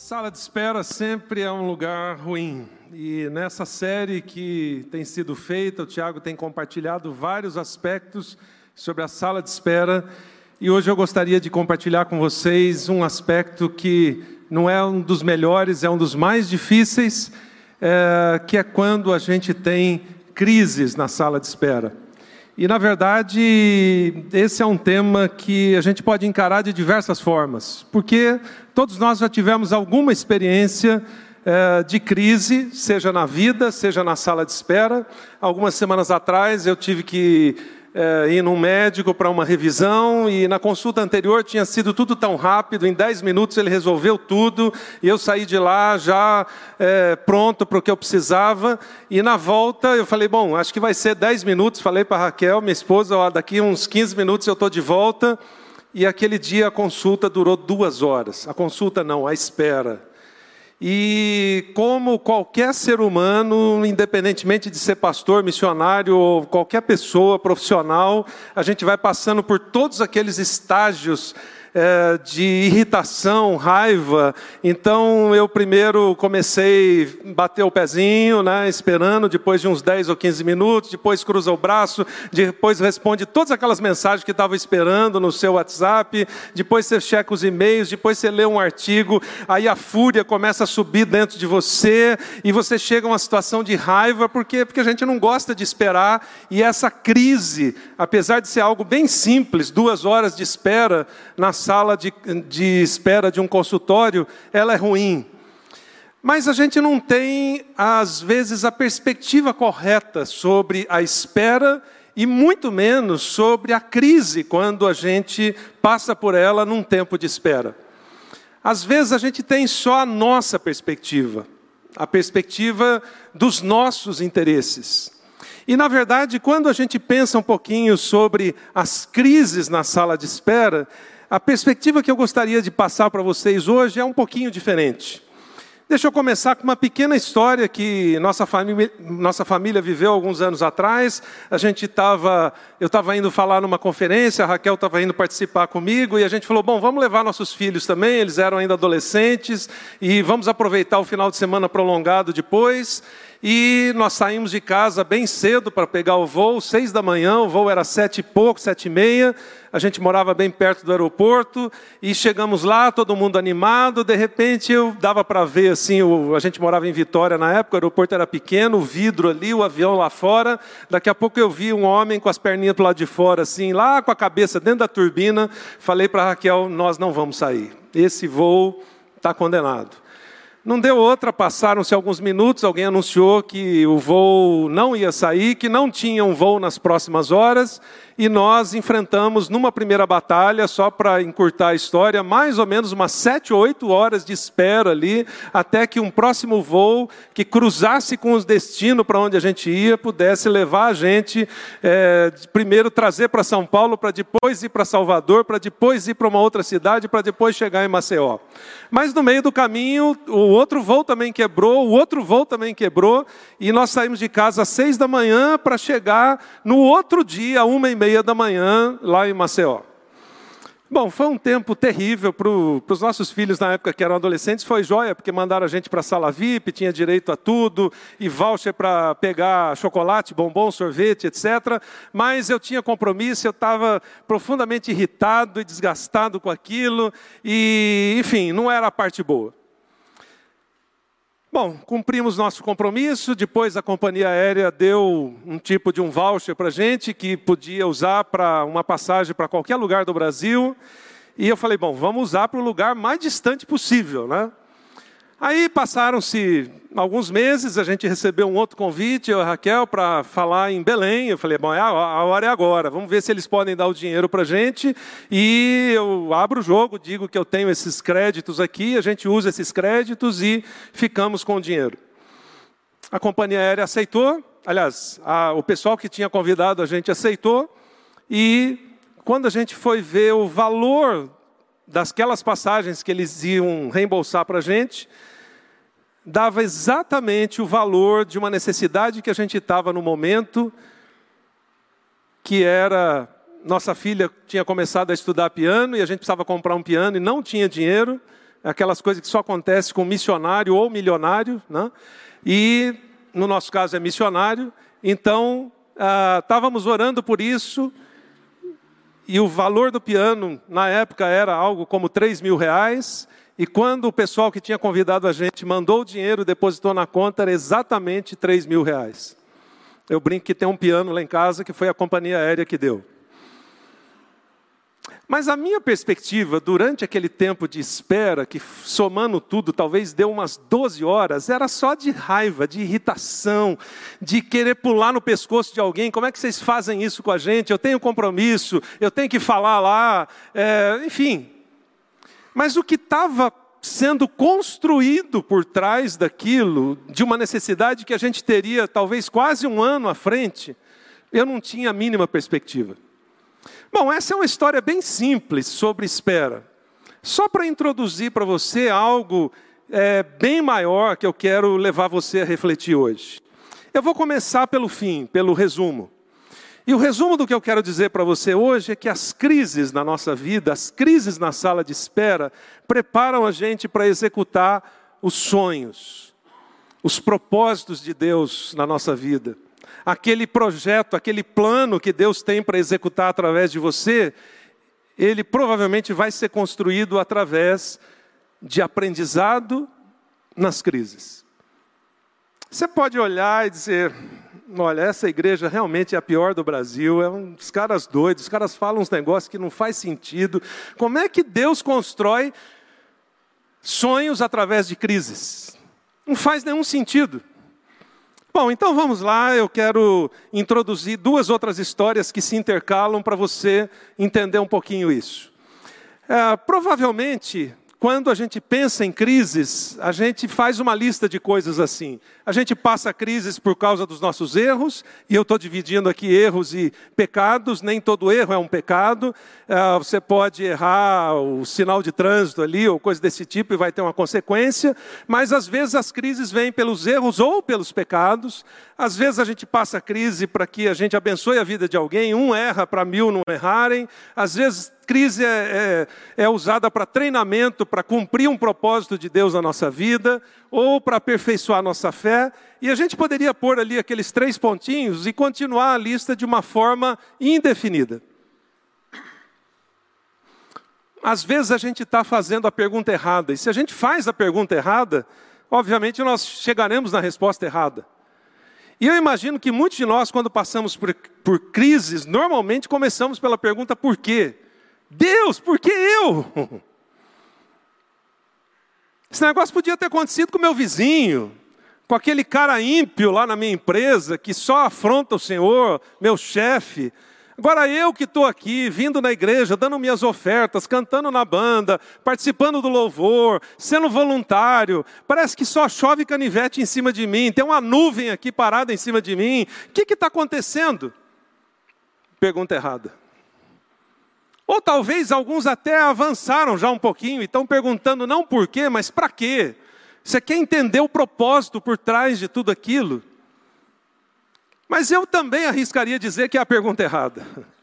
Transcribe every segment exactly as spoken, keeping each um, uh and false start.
Sala de espera sempre é um lugar ruim. E nessa série que tem sido feita, o Tiago tem compartilhado vários aspectos sobre a sala de espera. E hoje eu gostaria de compartilhar com vocês um aspecto que não é um dos melhores, é um dos mais difíceis, é, que é quando a gente tem crises na sala de espera. E, na verdade, esse é um tema que a gente pode encarar de diversas formas, porque todos nós já tivemos alguma experiência é, de crise, seja na vida, seja na sala de espera. Algumas semanas atrás eu tive que é, ir num médico para uma revisão, e na consulta anterior tinha sido tudo tão rápido, em dez minutos ele resolveu tudo, e eu saí de lá já é, pronto para o que eu precisava. E na volta eu falei, bom, acho que vai ser dez minutos, falei para a Raquel, minha esposa, ó, daqui uns quinze minutos eu estou de volta. E aquele dia a consulta durou duas horas, a consulta não, a espera. E como qualquer ser humano, independentemente de ser pastor, missionário ou qualquer pessoa profissional, a gente vai passando por todos aqueles estágios é, de irritação, raiva. Então eu primeiro comecei a bater o pezinho, né, esperando, depois de uns dez ou quinze minutos, depois cruza o braço, depois responde todas aquelas mensagens que estava esperando no seu WhatsApp, depois você checa os e-mails, depois você lê um artigo, aí a fúria começa a subir dentro de você, e você chega a uma situação de raiva, porque, porque a gente não gosta de esperar, e essa crise, apesar de ser algo bem simples, duas horas de espera na sala de, de espera de um consultório, ela é ruim. Mas a gente não tem, às vezes, a perspectiva correta sobre a espera e muito menos sobre a crise, quando a gente passa por ela num tempo de espera. Às vezes a gente tem só a nossa perspectiva, a perspectiva dos nossos interesses. E, na verdade, quando a gente pensa um pouquinho sobre as crises na sala de espera, a perspectiva que eu gostaria de passar para vocês hoje é um pouquinho diferente. Deixa eu começar com uma pequena história que nossa família, nossa família viveu alguns anos atrás. A gente estava, eu estava indo falar numa conferência, a Raquel estava indo participar comigo, e a gente falou, bom, vamos levar nossos filhos também, eles eram ainda adolescentes, e vamos aproveitar o final de semana prolongado depois. E nós saímos de casa bem cedo para pegar o voo, seis da manhã, o voo era sete e pouco, sete e meia, a gente morava bem perto do aeroporto, e chegamos lá, todo mundo animado. De repente eu dava para ver, assim, o, a gente morava em Vitória na época, o aeroporto era pequeno, o vidro ali, o avião lá fora, daqui a pouco eu vi um homem com as perninhas do lado de fora, assim, lá com a cabeça dentro da turbina. Falei para a Raquel, nós não vamos sair, esse voo está condenado. Não deu outra, passaram-se alguns minutos, alguém anunciou que o voo não ia sair, que não tinha um voo nas próximas horas, e nós enfrentamos numa primeira batalha, só para encurtar a história, mais ou menos umas sete ou oito horas de espera ali, até que um próximo voo que cruzasse com o destino para onde a gente ia, pudesse levar a gente, é, primeiro trazer para São Paulo, para depois ir para Salvador, para depois ir para uma outra cidade, para depois chegar em Maceió. Mas no meio do caminho, o outro voo também quebrou, o outro voo também quebrou, e nós saímos de casa às seis da manhã para chegar no outro dia, uma e meia da manhã, lá em Maceió. Bom, foi um tempo terrível para os nossos filhos na época que eram adolescentes, foi joia, porque mandaram a gente para a sala V I P, tinha direito a tudo, e voucher para pegar chocolate, bombom, sorvete, etcétera. Mas eu tinha compromisso, eu estava profundamente irritado e desgastado com aquilo, e, enfim, não era a parte boa. Bom, cumprimos nosso compromisso, depois a companhia aérea deu um tipo de um voucher para a gente, que podia usar para uma passagem para qualquer lugar do Brasil, e eu falei, bom, vamos usar para o lugar mais distante possível, né? Aí passaram-se alguns meses, a gente recebeu um outro convite, eu e a Raquel, para falar em Belém. Eu falei, bom, a hora é agora, vamos ver se eles podem dar o dinheiro para a gente. E eu abro o jogo, digo que eu tenho esses créditos aqui, a gente usa esses créditos e ficamos com o dinheiro. A companhia aérea aceitou, aliás, a, o pessoal que tinha convidado a gente aceitou, e quando a gente foi ver o valor daquelas passagens que eles iam reembolsar para a gente, dava exatamente o valor de uma necessidade que a gente estava no momento, que era, nossa filha tinha começado a estudar piano, e a gente precisava comprar um piano e não tinha dinheiro, aquelas coisas que só acontecem com missionário ou milionário, né? E no nosso caso é missionário. Então, ah, estávamos orando por isso, e o valor do piano na época era algo como três mil reais, e quando o pessoal que tinha convidado a gente mandou o dinheiro, depositou na conta, era exatamente três mil reais. Eu brinco que tem um piano lá em casa que foi a companhia aérea que deu. Mas a minha perspectiva, durante aquele tempo de espera, que somando tudo, talvez deu umas doze horas, era só de raiva, de irritação, de querer pular no pescoço de alguém. Como é que vocês fazem isso com a gente? Eu tenho compromisso, eu tenho que falar lá, é, enfim. Mas o que estava sendo construído por trás daquilo, de uma necessidade que a gente teria talvez quase um ano à frente, eu não tinha a mínima perspectiva. Bom, essa é uma história bem simples sobre espera. Só para introduzir para você algo é, bem maior que eu quero levar você a refletir hoje. Eu vou começar pelo fim, pelo resumo. E o resumo do que eu quero dizer para você hoje é que as crises na nossa vida, as crises na sala de espera, preparam a gente para executar os sonhos, os propósitos de Deus na nossa vida. Aquele projeto, aquele plano que Deus tem para executar através de você, ele provavelmente vai ser construído através de aprendizado nas crises. Você pode olhar e dizer, olha, essa igreja realmente é a pior do Brasil, é uns caras doidos, os caras falam uns negócios que não faz sentido. Como é que Deus constrói sonhos através de crises? Não faz nenhum sentido. Bom, então vamos lá, eu quero introduzir duas outras histórias que se intercalam para você entender um pouquinho isso. É, provavelmente, quando a gente pensa em crises, a gente faz uma lista de coisas assim. A gente passa crises por causa dos nossos erros, e eu estou dividindo aqui erros e pecados, nem todo erro é um pecado. É, você pode errar o sinal de trânsito ali, ou coisa desse tipo, e vai ter uma consequência, mas às vezes as crises vêm pelos erros ou pelos pecados. Às vezes a gente passa crise para que a gente abençoe a vida de alguém, um erra para mil não errarem. Às vezes crise é, é, é usada para treinamento, para cumprir um propósito de Deus na nossa vida, ou para aperfeiçoar a nossa fé. E a gente poderia pôr ali aqueles três pontinhos e continuar a lista de uma forma indefinida. Às vezes a gente está fazendo a pergunta errada, e se a gente faz a pergunta errada, obviamente nós chegaremos na resposta errada. E eu imagino que muitos de nós, quando passamos por, por crises, normalmente começamos pela pergunta por quê? Deus, por que eu? Esse negócio podia ter acontecido com o meu vizinho, com aquele cara ímpio lá na minha empresa, que só afronta o Senhor, meu chefe. Agora eu que estou aqui, vindo na igreja, dando minhas ofertas, cantando na banda, participando do louvor, sendo voluntário, parece que só chove canivete em cima de mim, tem uma nuvem aqui parada em cima de mim. O que está acontecendo? Pergunta errada. Ou talvez alguns até avançaram já um pouquinho e estão perguntando não por quê, mas para quê? Você quer entender o propósito por trás de tudo aquilo? Mas eu também arriscaria dizer que é a pergunta errada.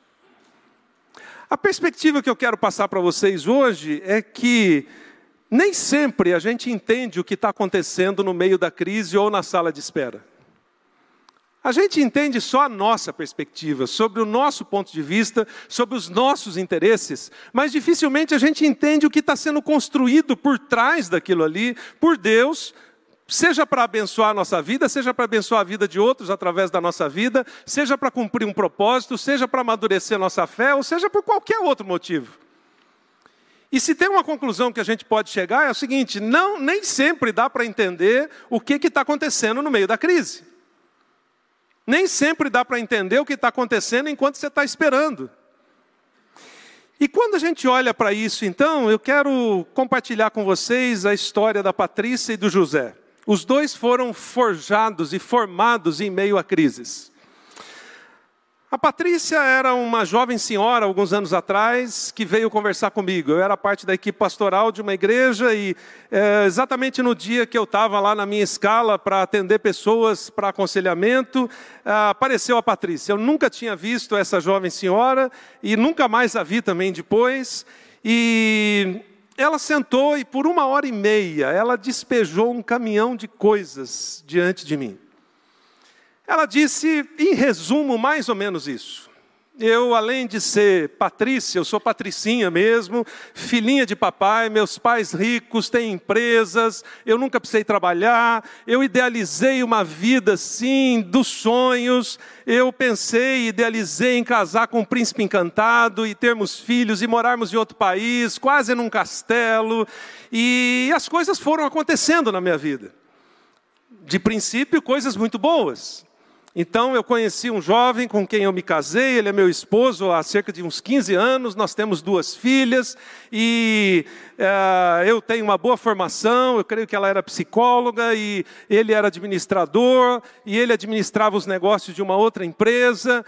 A perspectiva que eu quero passar para vocês hoje é que nem sempre a gente entende o que está acontecendo no meio da crise ou na sala de espera. A gente entende só a nossa perspectiva, sobre o nosso ponto de vista, sobre os nossos interesses, mas dificilmente a gente entende o que está sendo construído por trás daquilo ali, por Deus, seja para abençoar a nossa vida, seja para abençoar a vida de outros através da nossa vida, seja para cumprir um propósito, seja para amadurecer a nossa fé, ou seja por qualquer outro motivo. E se tem uma conclusão que a gente pode chegar, é o seguinte, não, nem sempre dá para entender o que está acontecendo no meio da crise. Nem sempre dá para entender o que está acontecendo enquanto você está esperando. E quando a gente olha para isso, então, eu quero compartilhar com vocês a história da Patrícia e do José. Os dois foram forjados e formados em meio a crises. A Patrícia era uma jovem senhora, alguns anos atrás, que veio conversar comigo. Eu era parte da equipe pastoral de uma igreja e é, exatamente no dia que eu estava lá na minha escala para atender pessoas para aconselhamento, é, apareceu a Patrícia. Eu nunca tinha visto essa jovem senhora e nunca mais a vi também depois. E ela sentou e por uma hora e meia, ela despejou um caminhão de coisas diante de mim. Ela disse, em resumo, mais ou menos isso. Eu, além de ser Patrícia, eu sou patricinha mesmo, filhinha de papai, meus pais ricos, têm empresas, eu nunca precisei trabalhar, eu idealizei uma vida assim, dos sonhos, eu pensei, idealizei em casar com um príncipe encantado e termos filhos e morarmos em outro país, quase num castelo, e as coisas foram acontecendo na minha vida. De princípio, coisas muito boas. Então, eu conheci um jovem com quem eu me casei, ele é meu esposo há cerca de uns quinze anos, nós temos duas filhas, e é, eu tenho uma boa formação, eu creio que ela era psicóloga, e ele era administrador, e ele administrava os negócios de uma outra empresa,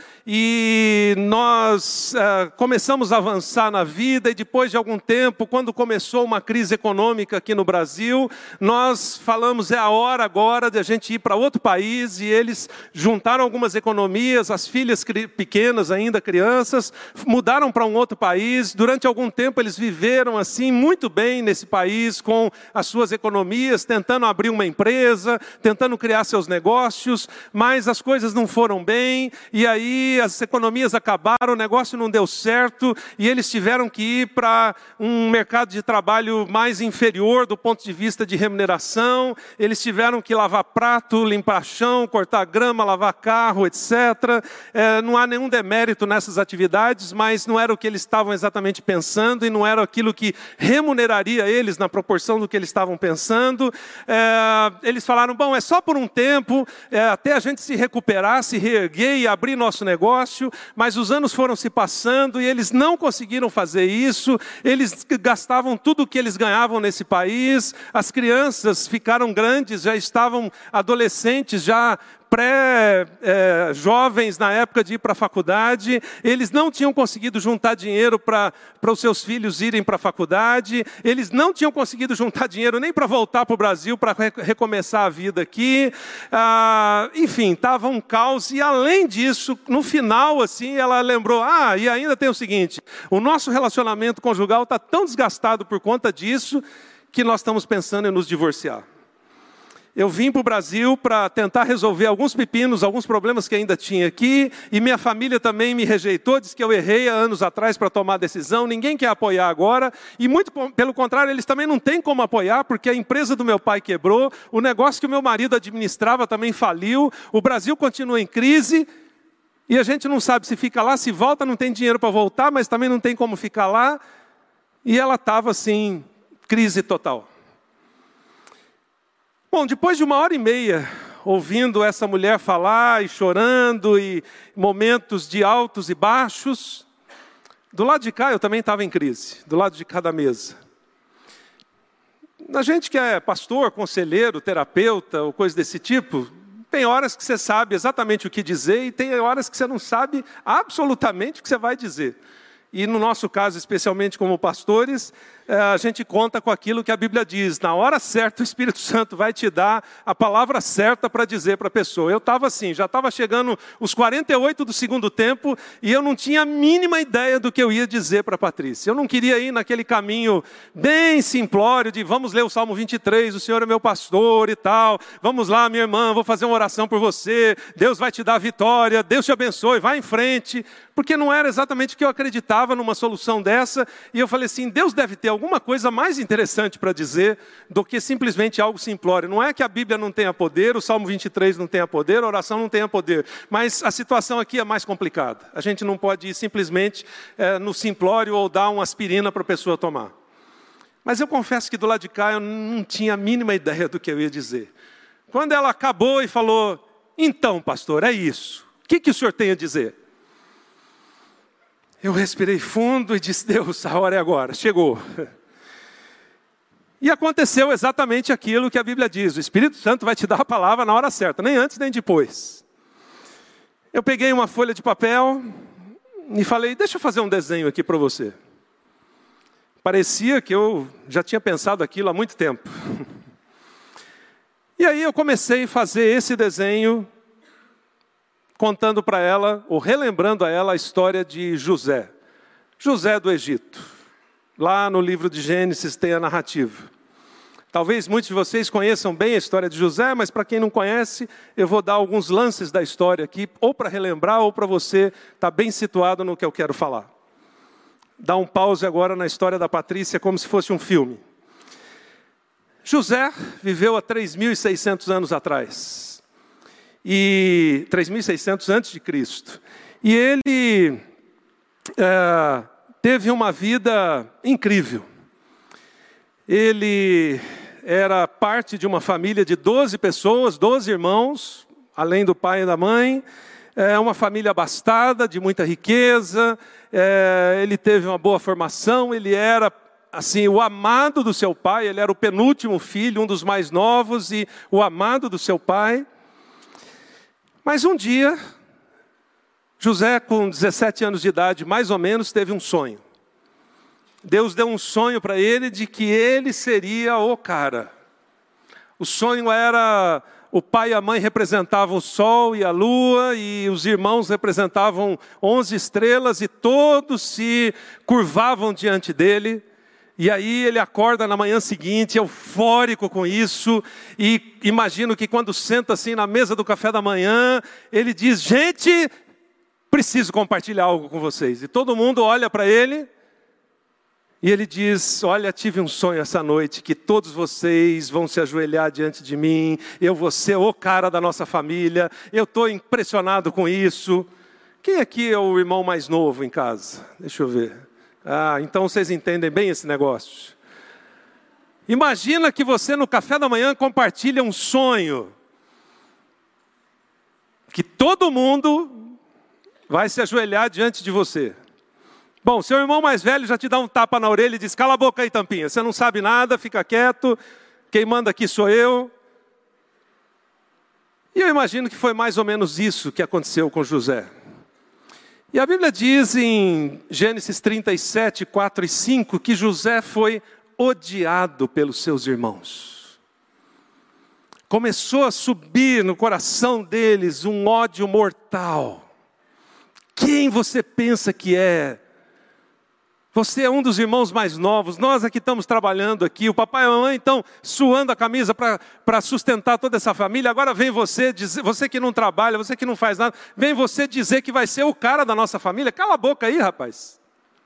e nós é, começamos a avançar na vida, e depois de algum tempo, quando começou uma crise econômica aqui no Brasil, nós falamos, é a hora agora de a gente ir para outro país, e eles juntaram Juntaram algumas economias, as filhas pequenas ainda, crianças, mudaram para um outro país. Durante algum tempo eles viveram assim muito bem nesse país, com as suas economias, tentando abrir uma empresa, tentando criar seus negócios, mas as coisas não foram bem, e aí as economias acabaram, o negócio não deu certo, e eles tiveram que ir para um mercado de trabalho mais inferior do ponto de vista de remuneração, eles tiveram que lavar prato, limpar chão, cortar grama, lavar carro, etcétera. É, não há nenhum demérito nessas atividades, mas não era o que eles estavam exatamente pensando e não era aquilo que remuneraria eles na proporção do que eles estavam pensando. É, eles falaram, bom, é só por um tempo, é, até a gente se recuperar, se reerguer e abrir nosso negócio, mas os anos foram se passando e eles não conseguiram fazer isso, eles gastavam tudo o que eles ganhavam nesse país, as crianças ficaram grandes, já estavam adolescentes, já pré-jovens na época de ir para a faculdade, eles não tinham conseguido juntar dinheiro para para os seus filhos irem para a faculdade, eles não tinham conseguido juntar dinheiro nem para voltar para o Brasil, para recomeçar a vida aqui, ah, enfim, estava um caos, e além disso, no final, assim, ela lembrou, ah, e ainda tem o seguinte, o nosso relacionamento conjugal está tão desgastado por conta disso, que nós estamos pensando em nos divorciar. Eu vim para o Brasil para tentar resolver alguns pepinos, alguns problemas que ainda tinha aqui, e minha família também me rejeitou, disse que eu errei há anos atrás para tomar a decisão, ninguém quer apoiar agora, e muito pelo contrário, eles também não têm como apoiar, porque a empresa do meu pai quebrou, o negócio que o meu marido administrava também faliu, o Brasil continua em crise, e a gente não sabe se fica lá, se volta, não tem dinheiro para voltar, mas também não tem como ficar lá, e ela estava assim, crise total. Bom, depois de uma hora e meia, ouvindo essa mulher falar e chorando, e momentos de altos e baixos, do lado de cá eu também estava em crise, do lado de cada mesa. A gente que é pastor, conselheiro, terapeuta, ou coisa desse tipo, tem horas que você sabe exatamente o que dizer, e tem horas que você não sabe absolutamente o que você vai dizer. E no nosso caso, especialmente como pastores, a gente conta com aquilo que a Bíblia diz. Na hora certa, o Espírito Santo vai te dar a palavra certa para dizer para a pessoa. Eu estava assim, já estava chegando os quarenta e oito do segundo tempo, e eu não tinha a mínima ideia do que eu ia dizer para a Patrícia. Eu não queria ir naquele caminho bem simplório de vamos ler o Salmo vinte e três, o Senhor é meu pastor e tal. Vamos lá, minha irmã, vou fazer uma oração por você. Deus vai te dar a vitória, Deus te abençoe, vai em frente. Porque não era exatamente o que eu acreditava numa solução dessa. E eu falei assim, Deus deve ter alguma coisa mais interessante para dizer do que simplesmente algo simplório. Não é que a Bíblia não tenha poder, o Salmo vinte e três não tenha poder, a oração não tenha poder. Mas a situação aqui é mais complicada. A gente não pode ir simplesmente é, no simplório ou dar uma aspirina para a pessoa tomar. Mas eu confesso que do lado de cá eu não tinha a mínima ideia do que eu ia dizer. Quando ela acabou e falou, então pastor, é isso. O que, que o senhor tem a dizer? Eu respirei fundo e disse, Deus, a hora é agora, chegou. E aconteceu exatamente aquilo que a Bíblia diz, o Espírito Santo vai te dar a palavra na hora certa, nem antes nem depois. Eu peguei uma folha de papel e falei, deixa eu fazer um desenho aqui para você. Parecia que eu já tinha pensado aquilo há muito tempo. E aí eu comecei a fazer esse desenho, contando para ela, ou relembrando a ela a história de José. José do Egito. Lá no livro de Gênesis tem a narrativa. Talvez muitos de vocês conheçam bem a história de José, mas para quem não conhece, eu vou dar alguns lances da história aqui, ou para relembrar, ou para você estar bem situado no que eu quero falar. Dá um pause agora na história da Patrícia, como se fosse um filme. José viveu há três mil e seiscentos anos atrás. E três mil e seiscentos antes de Cristo. E ele é, teve uma vida incrível. Ele era parte de uma família de doze pessoas, doze irmãos, além do pai e da mãe. É uma família abastada, de muita riqueza. É, ele teve uma boa formação, ele era assim, o amado do seu pai, ele era o penúltimo filho, um dos mais novos e o amado do seu pai. Mas um dia, José, com dezessete anos de idade, mais ou menos, teve um sonho. Deus deu um sonho para ele de que ele seria o cara. O sonho era, o pai e a mãe representavam o sol e a lua, e os irmãos representavam onze estrelas, e todos se curvavam diante dele. E aí ele acorda na manhã seguinte, eufórico com isso, e imagino que quando senta assim na mesa do café da manhã, ele diz, gente, preciso compartilhar algo com vocês. E todo mundo olha para ele, e ele diz, olha, tive um sonho essa noite, que todos vocês vão se ajoelhar diante de mim, eu vou ser o cara da nossa família, eu estou impressionado com isso. Quem aqui é o irmão mais novo em casa? Deixa eu ver. Ah, então vocês entendem bem esse negócio. Imagina que você no café da manhã compartilha um sonho, que todo mundo vai se ajoelhar diante de você. Bom, seu irmão mais velho já te dá um tapa na orelha e diz, cala a boca aí, tampinha, você não sabe nada, fica quieto, quem manda aqui sou eu. E eu imagino que foi mais ou menos isso que aconteceu com José. E a Bíblia diz em Gênesis trinta e sete, quatro e cinco, que José foi odiado pelos seus irmãos. Começou a subir no coração deles um ódio mortal. Quem você pensa que é? Você é um dos irmãos mais novos, nós aqui estamos trabalhando aqui, o papai e a mamãe estão suando a camisa para sustentar toda essa família, agora vem você, dizer, você que não trabalha, você que não faz nada, vem você dizer que vai ser o cara da nossa família, cala a boca aí, rapaz.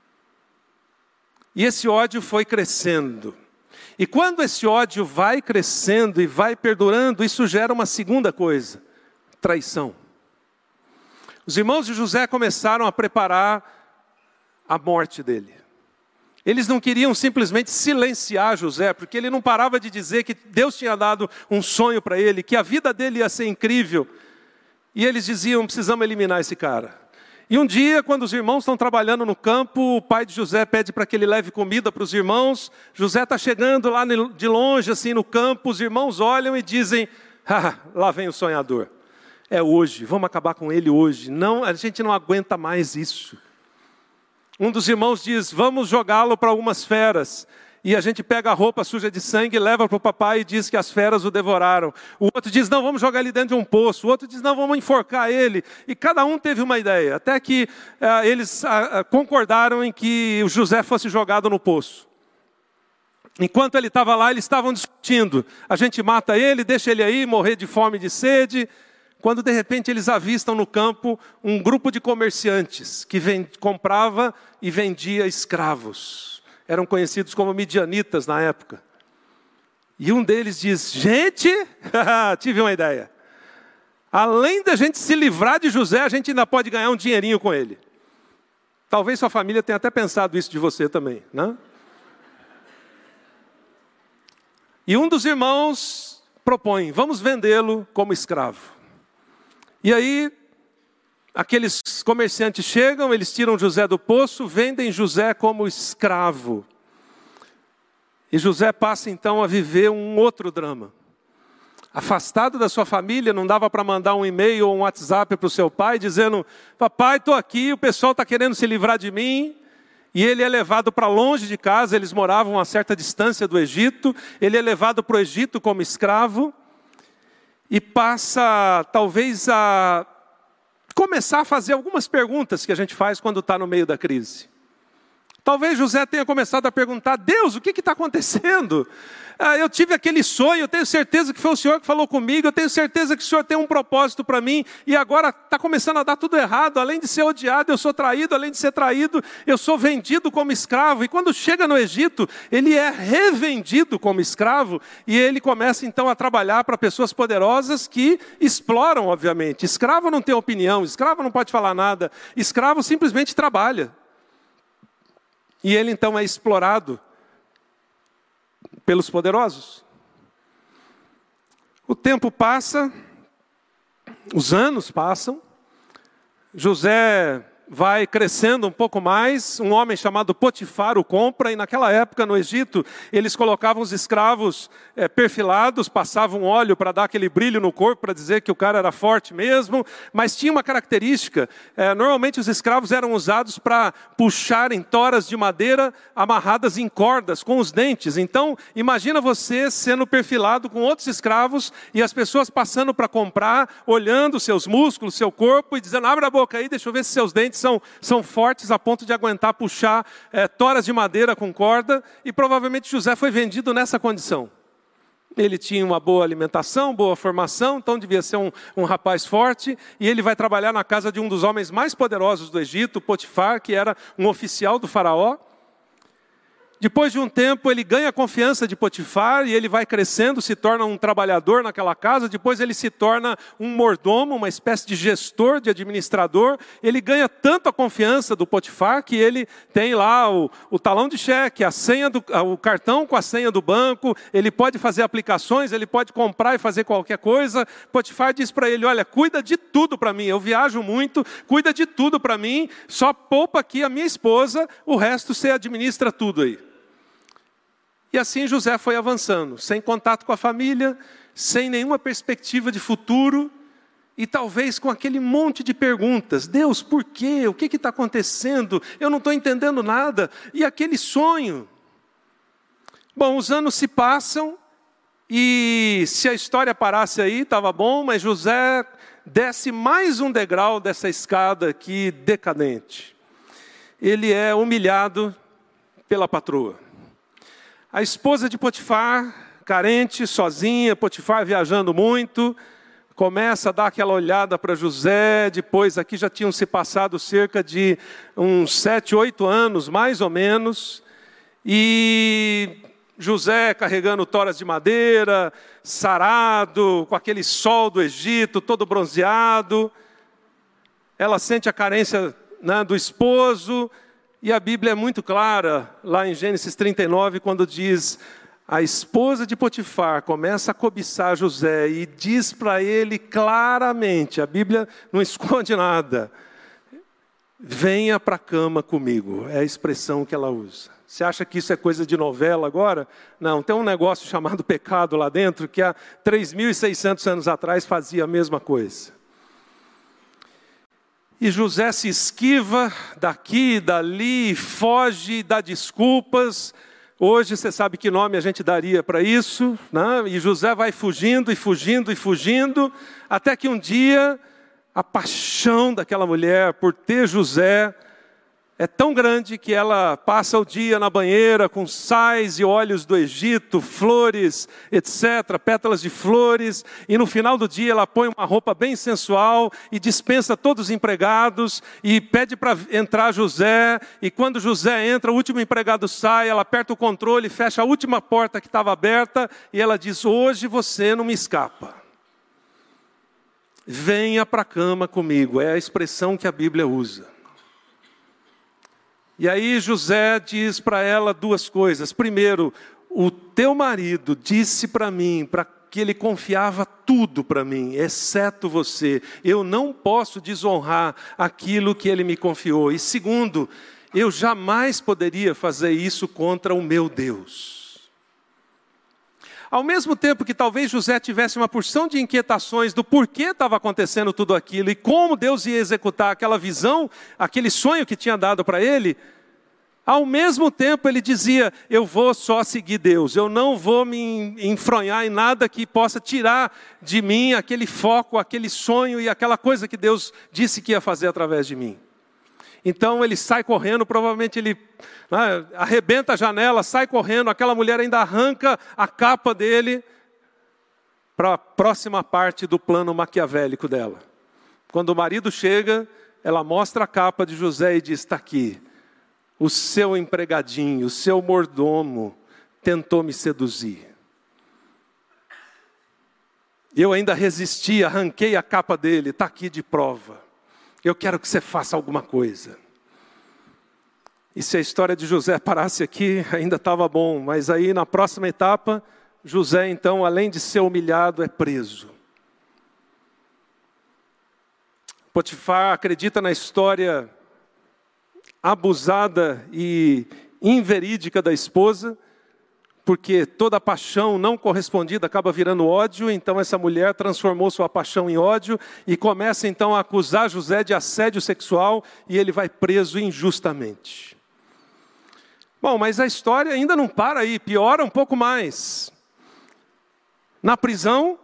E esse ódio foi crescendo, e quando esse ódio vai crescendo e vai perdurando, isso gera uma segunda coisa, traição. Os irmãos de José começaram a preparar a morte dele. Eles não queriam simplesmente silenciar José, porque ele não parava de dizer que Deus tinha dado um sonho para ele, que a vida dele ia ser incrível. E eles diziam, precisamos eliminar esse cara. E um dia, quando os irmãos estão trabalhando no campo, o pai de José pede para que ele leve comida para os irmãos. José está chegando lá de longe, assim no campo, os irmãos olham e dizem, ah, lá vem o sonhador. É hoje, vamos acabar com ele hoje. Não, a gente não aguenta mais isso. Um dos irmãos diz, vamos jogá-lo para algumas feras. E a gente pega a roupa suja de sangue, leva para o papai e diz que as feras o devoraram. O outro diz, não, vamos jogar ele dentro de um poço. O outro diz, não, vamos enforcar ele. E cada um teve uma ideia. Até que uh, eles uh, concordaram em que o José fosse jogado no poço. Enquanto ele estava lá, eles estavam discutindo. A gente mata ele, deixa ele aí, morrer de fome e de sede. Quando de repente eles avistam no campo um grupo de comerciantes que vend, comprava e vendia escravos. Eram conhecidos como midianitas na época. E um deles diz, gente, tive uma ideia. Além da gente se livrar de José, a gente ainda pode ganhar um dinheirinho com ele. Talvez sua família tenha até pensado isso de você também, né? E um dos irmãos propõe, vamos vendê-lo como escravo. E aí, aqueles comerciantes chegam, eles tiram José do poço, vendem José como escravo. E José passa então a viver um outro drama. Afastado da sua família, não dava para mandar um e-mail ou um WhatsApp para o seu pai, dizendo, papai, estou aqui, o pessoal está querendo se livrar de mim. E ele é levado para longe de casa, eles moravam a uma certa distância do Egito, ele é levado para o Egito como escravo. E passa, talvez, a começar a fazer algumas perguntas que a gente faz quando está no meio da crise. Talvez José tenha começado a perguntar: Deus, o que está acontecendo? Ah, eu tive aquele sonho, eu tenho certeza que foi o Senhor que falou comigo, eu tenho certeza que o Senhor tem um propósito para mim, e agora está começando a dar tudo errado. Além de ser odiado, eu sou traído, além de ser traído, eu sou vendido como escravo. E quando chega no Egito, ele é revendido como escravo, e ele começa então a trabalhar para pessoas poderosas que exploram, obviamente. Escravo não tem opinião, escravo não pode falar nada, escravo simplesmente trabalha. E ele então é explorado pelos poderosos. O tempo passa, os anos passam, José vai crescendo um pouco mais, um homem chamado Potifar o compra, e naquela época no Egito, eles colocavam os escravos é, perfilados, passavam óleo para dar aquele brilho no corpo, para dizer que o cara era forte mesmo, mas tinha uma característica, é, normalmente os escravos eram usados para puxarem toras de madeira amarradas em cordas, com os dentes. Então, imagina você sendo perfilado com outros escravos, e as pessoas passando para comprar, olhando seus músculos, seu corpo, e dizendo: abre a boca aí, deixa eu ver se seus dentes São, são fortes a ponto de aguentar puxar é, toras de madeira com corda. E provavelmente José foi vendido nessa condição. Ele tinha uma boa alimentação, boa formação, então devia ser um, um rapaz forte. E ele vai trabalhar na casa de um dos homens mais poderosos do Egito, Potifar, que era um oficial do faraó. Depois de um tempo, ele ganha a confiança de Potifar e ele vai crescendo, se torna um trabalhador naquela casa. Depois ele se torna um mordomo, uma espécie de gestor, de administrador. Ele ganha tanto a confiança do Potifar que ele tem lá o, o talão de cheque, a senha do, o cartão com a senha do banco. Ele pode fazer aplicações, ele pode comprar e fazer qualquer coisa. Potifar diz para ele: olha, cuida de tudo para mim, eu viajo muito, cuida de tudo para mim, só poupa aqui a minha esposa, o resto você administra tudo aí. E assim José foi avançando, sem contato com a família, sem nenhuma perspectiva de futuro, e talvez com aquele monte de perguntas: Deus, por quê? O que está acontecendo? Eu não estou entendendo nada. E aquele sonho. Bom, os anos se passam, e se a história parasse aí, estava bom, mas José desce mais um degrau dessa escada aqui decadente. Ele é humilhado pela patroa. A esposa de Potifar, carente, sozinha, Potifar viajando muito, começa a dar aquela olhada para José. Depois aqui já tinham se passado cerca de uns sete, oito anos, mais ou menos. E José carregando toras de madeira, sarado, com aquele sol do Egito, todo bronzeado. Ela sente a carência, né, do esposo. E a Bíblia é muito clara, lá em Gênesis trinta e nove, quando diz: a esposa de Potifar começa a cobiçar José e diz para ele claramente, a Bíblia não esconde nada: venha para a cama comigo. É a expressão que ela usa. Você acha que isso é coisa de novela agora? Não, tem um negócio chamado pecado lá dentro, que há três mil e seiscentos anos atrás fazia a mesma coisa. E José se esquiva daqui, dali, foge, dá desculpas. Hoje você sabe que nome a gente daria para isso, né? E José vai fugindo e fugindo e fugindo, até que um dia a paixão daquela mulher por ter José é tão grande que ela passa o dia na banheira com sais e óleos do Egito, flores, etcétera, pétalas de flores, e no final do dia ela põe uma roupa bem sensual e dispensa todos os empregados e pede para entrar José, e quando José entra, o último empregado sai, ela aperta o controle, fecha a última porta que estava aberta e ela diz: hoje você não me escapa. Venha para a cama comigo, é a expressão que a Bíblia usa. E aí José diz para ela duas coisas. Primeiro, o teu marido disse para mim, para que ele confiava tudo para mim, exceto você. Eu não posso desonrar aquilo que ele me confiou. E segundo, eu jamais poderia fazer isso contra o meu Deus. Ao mesmo tempo que talvez José tivesse uma porção de inquietações do porquê estava acontecendo tudo aquilo e como Deus ia executar aquela visão, aquele sonho que tinha dado para ele, ao mesmo tempo ele dizia: eu vou só seguir Deus, eu não vou me enfronhar em nada que possa tirar de mim aquele foco, aquele sonho e aquela coisa que Deus disse que ia fazer através de mim. Então ele sai correndo, provavelmente ele né, arrebenta a janela, sai correndo, aquela mulher ainda arranca a capa dele para a próxima parte do plano maquiavélico dela. Quando o marido chega, ela mostra a capa de José e diz, está aqui, o seu empregadinho, o seu mordomo tentou me seduzir. Eu ainda resisti, arranquei a capa dele, está aqui de prova. Eu quero que você faça alguma coisa. E se a história de José parasse aqui, ainda estava bom. Mas aí na próxima etapa, José então, além de ser humilhado, é preso. Potifar acredita na história abusada e inverídica da esposa, porque toda paixão não correspondida acaba virando ódio, então essa mulher transformou sua paixão em ódio e começa então a acusar José de assédio sexual e ele vai preso injustamente. Bom, mas a história ainda não para aí, piora um pouco mais. Na prisão,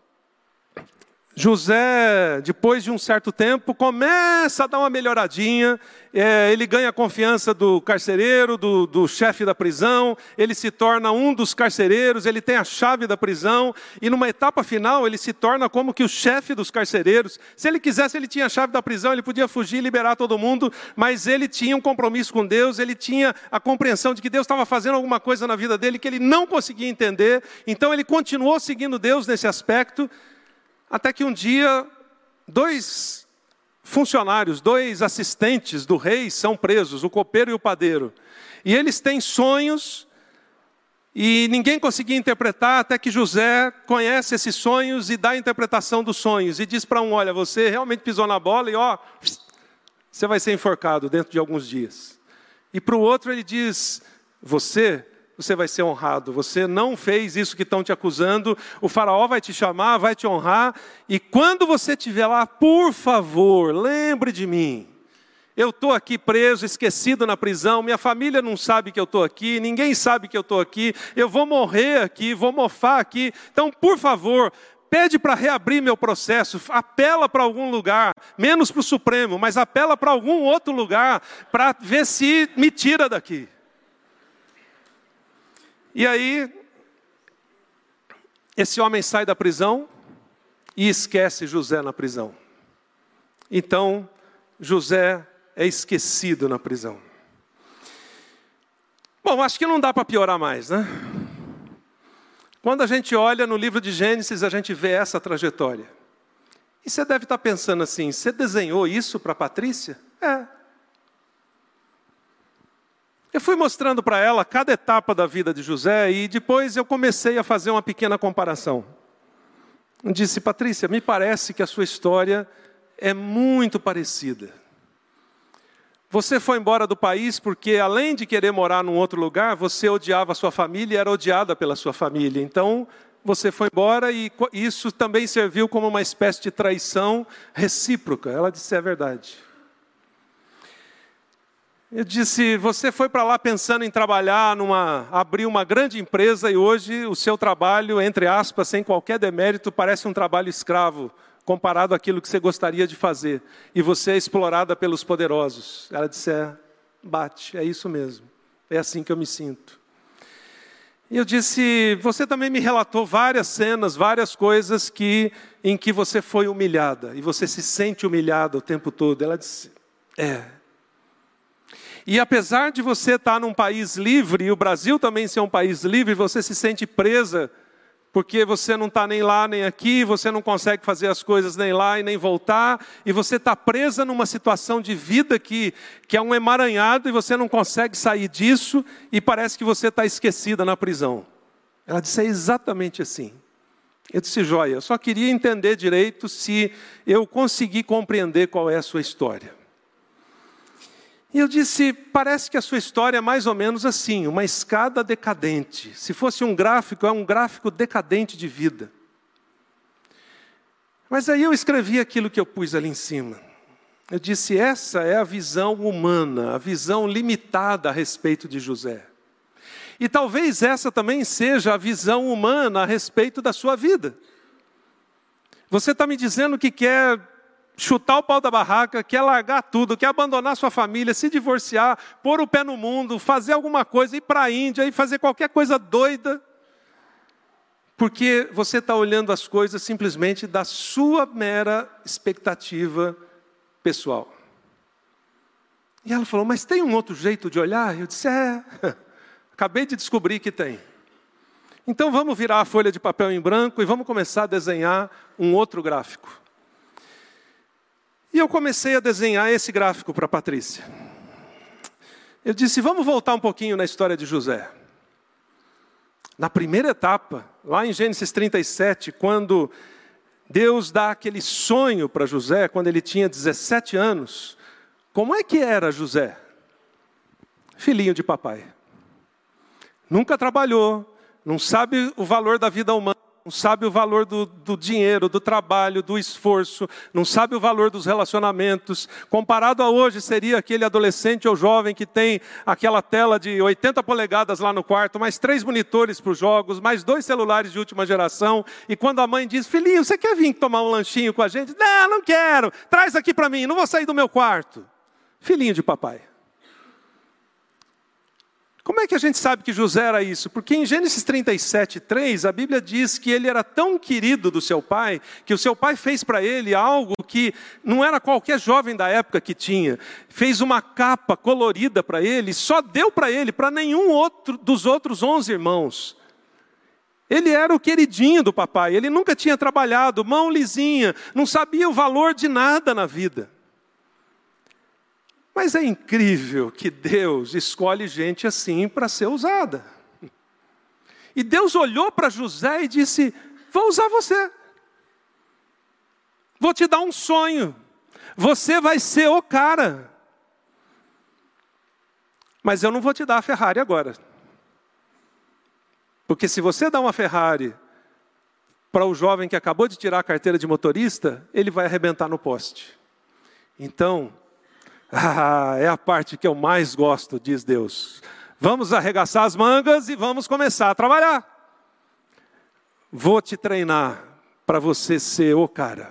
José, depois de um certo tempo, começa a dar uma melhoradinha, é, ele ganha a confiança do carcereiro, do, do chefe da prisão, ele se torna um dos carcereiros, ele tem a chave da prisão, e numa etapa final ele se torna como que o chefe dos carcereiros. Se ele quisesse, ele tinha a chave da prisão, ele podia fugir e liberar todo mundo, mas ele tinha um compromisso com Deus, ele tinha a compreensão de que Deus estava fazendo alguma coisa na vida dele que ele não conseguia entender, então ele continuou seguindo Deus nesse aspecto, até que um dia, dois funcionários, dois assistentes do rei são presos, o copeiro e o padeiro. E eles têm sonhos, e ninguém conseguia interpretar, até que José conhece esses sonhos e dá a interpretação dos sonhos. E diz para um, olha, você realmente pisou na bola e ó, você vai ser enforcado dentro de alguns dias. E para o outro ele diz, você... você vai ser honrado, você não fez isso que estão te acusando, o faraó vai te chamar, vai te honrar, e quando você estiver lá, por favor, lembre de mim. Eu estou aqui preso, esquecido na prisão, minha família não sabe que eu estou aqui, ninguém sabe que eu estou aqui, eu vou morrer aqui, vou mofar aqui, então, por favor, pede para reabrir meu processo, apela para algum lugar, menos para o Supremo, mas apela para algum outro lugar, para ver se me tira daqui. E aí, esse homem sai da prisão e esquece José na prisão. Então, José é esquecido na prisão. Bom, acho que não dá para piorar mais, né? Quando a gente olha no livro de Gênesis, a gente vê essa trajetória. E você deve estar pensando assim, você desenhou isso para Patrícia? É. Eu fui mostrando para ela cada etapa da vida de José e depois eu comecei a fazer uma pequena comparação. Eu disse, Patrícia, me parece que a sua história é muito parecida. Você foi embora do país porque, além de querer morar num outro lugar, você odiava a sua família e era odiada pela sua família. Então, você foi embora e isso também serviu como uma espécie de traição recíproca. Ela disse, é verdade. Eu disse, você foi para lá pensando em trabalhar, numa, abrir uma grande empresa e hoje o seu trabalho, entre aspas, sem qualquer demérito, parece um trabalho escravo, comparado àquilo que você gostaria de fazer. E você é explorada pelos poderosos. Ela disse, é, bate, é isso mesmo. É assim que eu me sinto. E eu disse, você também me relatou várias cenas, várias coisas que, em que você foi humilhada. E você se sente humilhada o tempo todo. Ela disse, é. E apesar de você estar num país livre, e o Brasil também ser um país livre, você se sente presa, porque você não está nem lá nem aqui, você não consegue fazer as coisas nem lá e nem voltar, e você está presa numa situação de vida que, que é um emaranhado, e você não consegue sair disso, e parece que você está esquecida na prisão. Ela disse, é exatamente assim. Eu disse, joia, eu só queria entender direito se eu consegui compreender qual é a sua história. E eu disse, parece que a sua história é mais ou menos assim, uma escada decadente. Se fosse um gráfico, é um gráfico decadente de vida. Mas aí eu escrevi aquilo que eu pus ali em cima. Eu disse, essa é a visão humana, a visão limitada a respeito de José. E talvez essa também seja a visão humana a respeito da sua vida. Você está me dizendo que quer chutar o pau da barraca, quer largar tudo, quer abandonar sua família, se divorciar, pôr o pé no mundo, fazer alguma coisa, ir para a Índia, ir fazer qualquer coisa doida, porque você está olhando as coisas simplesmente da sua mera expectativa pessoal. E ela falou, mas tem um outro jeito de olhar? Eu disse, é, acabei de descobrir que tem. Então vamos virar a folha de papel em branco e vamos começar a desenhar um outro gráfico. E eu comecei a desenhar esse gráfico para a Patrícia. Eu disse, vamos voltar um pouquinho na história de José. Na primeira etapa, lá em Gênesis trinta e sete, quando Deus dá aquele sonho para José, quando ele tinha dezessete anos, como é que era José? Filhinho de papai. Nunca trabalhou, não sabe o valor da vida humana, não sabe o valor do, do dinheiro, do trabalho, do esforço, não sabe o valor dos relacionamentos. Comparado a hoje, seria aquele adolescente ou jovem que tem aquela tela de oitenta polegadas lá no quarto, mais três monitores para os jogos, mais dois celulares de última geração. E quando a mãe diz, filhinho, você quer vir tomar um lanchinho com a gente? Não, não quero, traz aqui para mim, não vou sair do meu quarto. Filhinho de papai. Como é que a gente sabe que José era isso? Porque em Gênesis trinta e sete, três, a Bíblia diz que ele era tão querido do seu pai, que o seu pai fez para ele algo que não era qualquer jovem da época que tinha. Fez uma capa colorida para ele, só deu para ele, para nenhum outro dos outros onze irmãos. Ele era o queridinho do papai, ele nunca tinha trabalhado, mão lisinha, não sabia o valor de nada na vida. Mas é incrível que Deus escolhe gente assim para ser usada. E Deus olhou para José e disse, vou usar você. Vou te dar um sonho. Você vai ser o cara. Mas eu não vou te dar a Ferrari agora. Porque se você dá uma Ferrari para o jovem que acabou de tirar a carteira de motorista, ele vai arrebentar no poste. Então... Ah, é a parte que eu mais gosto, diz Deus. Vamos arregaçar as mangas e vamos começar a trabalhar. Vou te treinar para você ser o cara.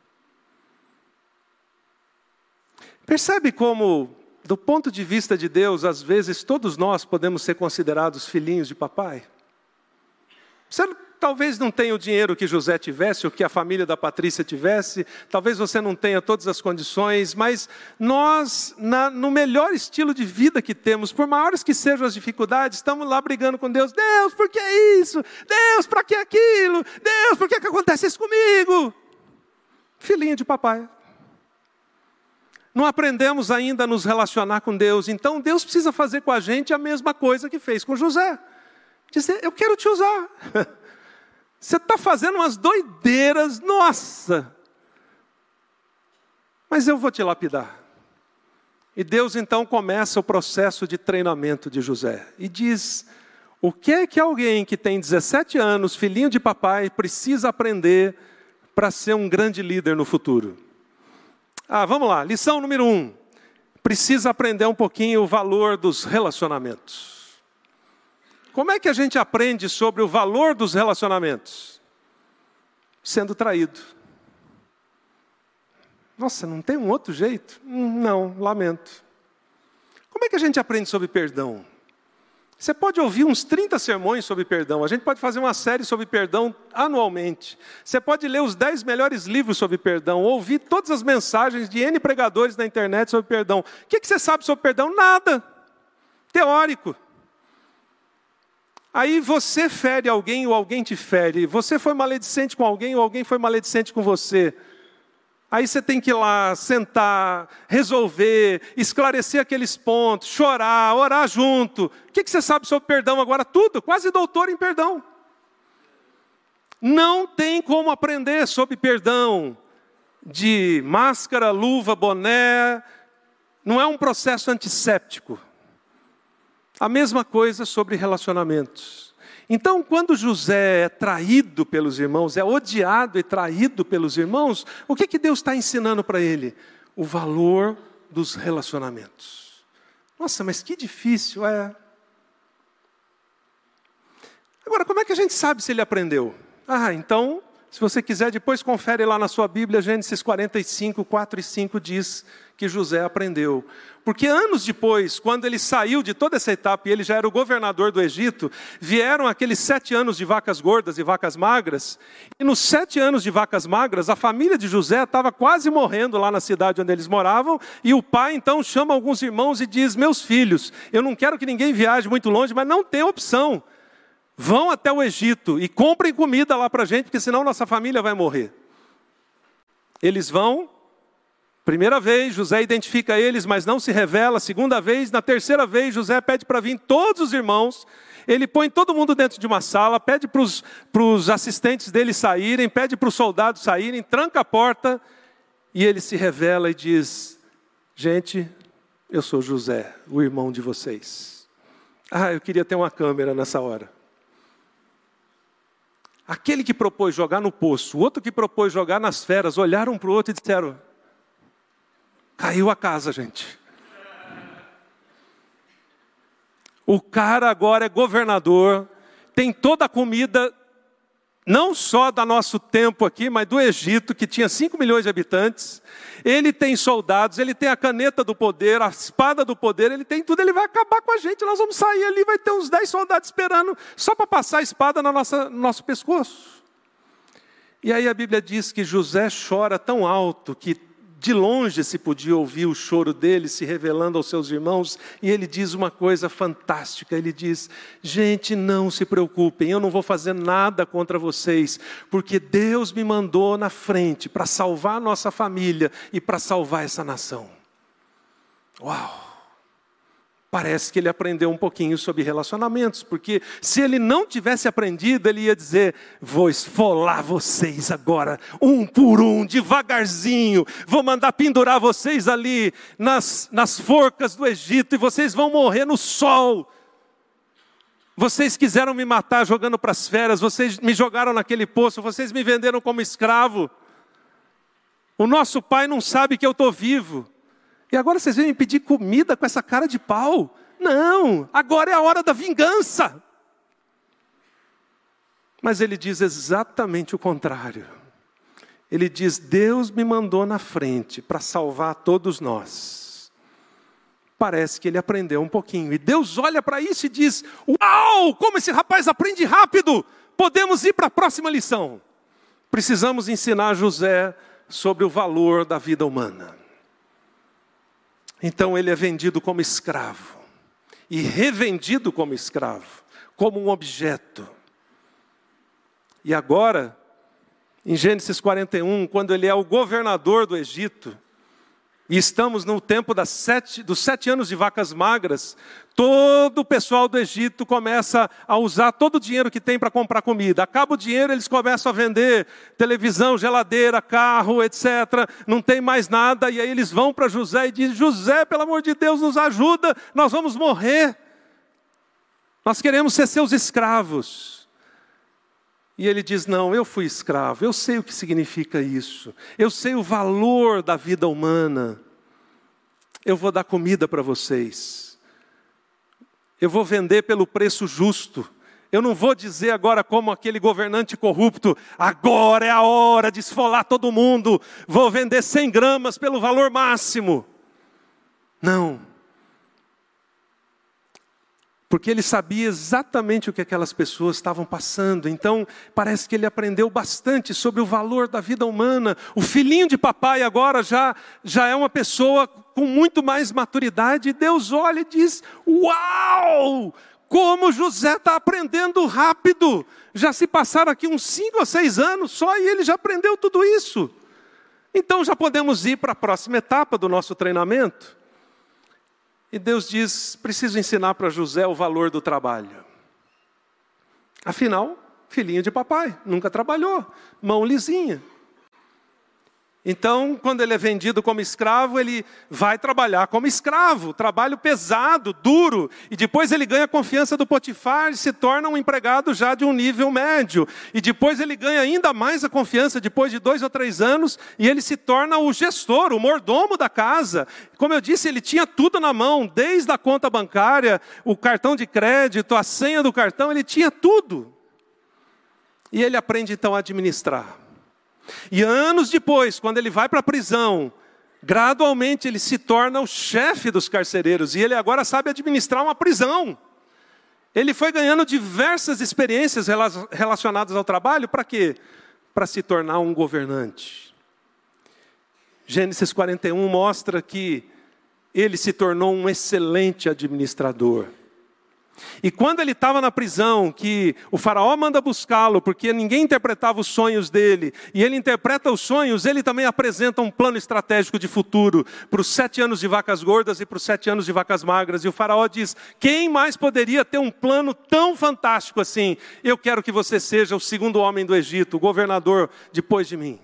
Percebe como, do ponto de vista de Deus, às vezes todos nós podemos ser considerados filhinhos de papai? Você talvez não tenha o dinheiro que José tivesse, ou que a família da Patrícia tivesse, talvez você não tenha todas as condições, mas nós, na, no melhor estilo de vida que temos, por maiores que sejam as dificuldades, estamos lá brigando com Deus. Deus, por que isso? Deus, para que aquilo? Deus, por que, que acontece isso comigo? Filhinho de papai. Não aprendemos ainda a nos relacionar com Deus, então Deus precisa fazer com a gente a mesma coisa que fez com José. Dizer, eu quero te usar. Você está fazendo umas doideiras, nossa. Mas eu vou te lapidar. E Deus então começa o processo de treinamento de José. E diz, o que é que alguém que tem dezessete anos, filhinho de papai, precisa aprender para ser um grande líder no futuro? Ah, vamos lá, lição número um. Precisa aprender um pouquinho o valor dos relacionamentos. Como é que a gente aprende sobre o valor dos relacionamentos? Sendo traído. Nossa, não tem um outro jeito? Não, lamento. Como é que a gente aprende sobre perdão? Você pode ouvir uns trinta sermões sobre perdão. A gente pode fazer uma série sobre perdão anualmente. Você pode ler os dez melhores livros sobre perdão. Ouvir todas as mensagens de N pregadores na internet sobre perdão. O que você sabe sobre perdão? Nada. Teórico. Aí você fere alguém ou alguém te fere. Você foi maledicente com alguém ou alguém foi maledicente com você. Aí você tem que ir lá, sentar, resolver, esclarecer aqueles pontos, chorar, orar junto. O que você sabe sobre perdão agora? Tudo, quase doutor em perdão. Não tem como aprender sobre perdão de máscara, luva, boné. Não é um processo antisséptico. A mesma coisa sobre relacionamentos. Então, quando José é traído pelos irmãos, é odiado e traído pelos irmãos, o que, que Deus está ensinando para ele? O valor dos relacionamentos. Nossa, mas que difícil é. Agora, como é que a gente sabe se ele aprendeu? Ah, então, Se você quiser, depois confere lá na sua Bíblia, Gênesis quarenta e cinco, quatro e cinco diz que José aprendeu. Porque anos depois, quando ele saiu de toda essa etapa e ele já era o governador do Egito, vieram aqueles sete anos de vacas gordas e vacas magras, e nos sete anos de vacas magras, a família de José estava quase morrendo lá na cidade onde eles moravam, e o pai então chama alguns irmãos e diz: meus filhos, eu não quero que ninguém viaje muito longe, mas não tem opção. Vão até o Egito e comprem comida lá para a gente, porque senão nossa família vai morrer. Eles vão, primeira vez José identifica eles, mas não se revela. Segunda vez, na terceira vez José pede para vir todos os irmãos. Ele põe todo mundo dentro de uma sala, pede para os assistentes dele saírem, pede para os soldados saírem, tranca a porta e ele se revela e diz: gente, eu sou José, o irmão de vocês. Ah, eu queria ter uma câmera nessa hora. Aquele que propôs jogar no poço, o outro que propôs jogar nas feras, olharam um para o outro e disseram: caiu a casa, gente. O cara agora é governador, tem toda a comida, não só do nosso tempo aqui, mas do Egito, que tinha cinco milhões de habitantes. Ele tem soldados, ele tem a caneta do poder, a espada do poder, ele tem tudo. Ele vai acabar com a gente, nós vamos sair ali, vai ter uns dez soldados esperando, só para passar a espada na nossa, no nosso pescoço. E aí a Bíblia diz que José chora tão alto, que de longe se podia ouvir o choro dele se revelando aos seus irmãos, e ele diz uma coisa fantástica, ele diz: gente, não se preocupem, eu não vou fazer nada contra vocês, porque Deus me mandou na frente para salvar a nossa família e para salvar essa nação. Uau! Parece que ele aprendeu um pouquinho sobre relacionamentos, porque se ele não tivesse aprendido, ele ia dizer: vou esfolar vocês agora, um por um, devagarzinho, vou mandar pendurar vocês ali nas, nas forcas do Egito, e vocês vão morrer no sol. Vocês quiseram me matar jogando para as feras, vocês me jogaram naquele poço, vocês me venderam como escravo. O nosso pai não sabe que eu estou vivo. E agora vocês vêm me pedir comida com essa cara de pau? Não, agora é a hora da vingança. Mas ele diz exatamente o contrário. Ele diz: Deus me mandou na frente para salvar todos nós. Parece que ele aprendeu um pouquinho. E Deus olha para isso e diz: uau, como esse rapaz aprende rápido. Podemos ir para a próxima lição. Precisamos ensinar José sobre o valor da vida humana. Então ele é vendido como escravo, e revendido como escravo, como um objeto. E agora, em Gênesis quarenta e um, quando ele é o governador do Egito, e estamos no tempo das sete, dos sete anos de vacas magras, todo o pessoal do Egito começa a usar todo o dinheiro que tem para comprar comida. Acaba o dinheiro, eles começam a vender televisão, geladeira, carro, etcétera. Não tem mais nada, e aí eles vão para José e dizem: José, pelo amor de Deus, nos ajuda, nós vamos morrer. Nós queremos ser seus escravos. E ele diz: não, eu fui escravo, eu sei o que significa isso. Eu sei o valor da vida humana. Eu vou dar comida para vocês. Eu vou vender pelo preço justo. Eu não vou dizer agora como aquele governante corrupto: agora é a hora de esfolar todo mundo. Vou vender cem gramas pelo valor máximo. Não. Porque ele sabia exatamente o que aquelas pessoas estavam passando. Então, parece que ele aprendeu bastante sobre o valor da vida humana. O filhinho de papai agora já, já é uma pessoa com muito mais maturidade. E Deus olha e diz: uau! Como José está aprendendo rápido. Já se passaram aqui uns cinco ou seis anos só e ele já aprendeu tudo isso. Então já podemos ir para a próxima etapa do nosso treinamento. E Deus diz: preciso ensinar para José o valor do trabalho. Afinal, filhinho de papai, nunca trabalhou, mão lisinha. Então, quando ele é vendido como escravo, ele vai trabalhar como escravo, trabalho pesado, duro, e depois ele ganha a confiança do Potifar e se torna um empregado já de um nível médio. E depois ele ganha ainda mais a confiança, depois de dois ou três anos, e ele se torna o gestor, o mordomo da casa. Como eu disse, ele tinha tudo na mão, desde a conta bancária, o cartão de crédito, a senha do cartão, ele tinha tudo. E ele aprende então a administrar. E anos depois, quando ele vai para a prisão, gradualmente ele se torna o chefe dos carcereiros. E ele agora sabe administrar uma prisão. Ele foi ganhando diversas experiências relacionadas ao trabalho. Para quê? Para se tornar um governante. Gênesis quarenta e um mostra que ele se tornou um excelente administrador. E quando ele estava na prisão, que o faraó manda buscá-lo, porque ninguém interpretava os sonhos dele, e ele interpreta os sonhos, ele também apresenta um plano estratégico de futuro, para os sete anos de vacas gordas e para os sete anos de vacas magras. E o faraó diz, quem mais poderia ter um plano tão fantástico assim? Eu quero que você seja o segundo homem do Egito, o governador depois de mim.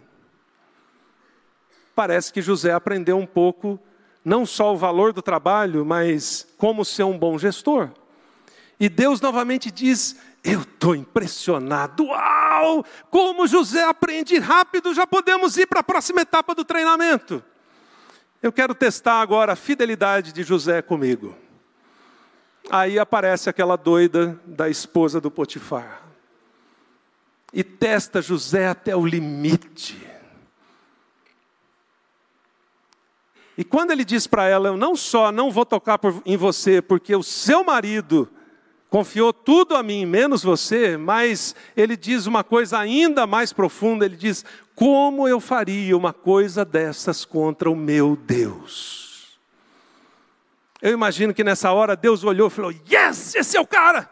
Parece que José aprendeu um pouco, não só o valor do trabalho, mas como ser um bom gestor. E Deus novamente diz, eu estou impressionado, uau, como José aprende rápido, já podemos ir para a próxima etapa do treinamento. Eu quero testar agora a fidelidade de José comigo. Aí aparece aquela doida da esposa do Potifar. E testa José até o limite. E quando ele diz para ela, eu não só não vou tocar por, em você, porque o seu marido confiou tudo a mim, menos você, mas ele diz uma coisa ainda mais profunda, ele diz, como eu faria uma coisa dessas contra o meu Deus? Eu imagino que nessa hora Deus olhou e falou, yes, esse é o cara!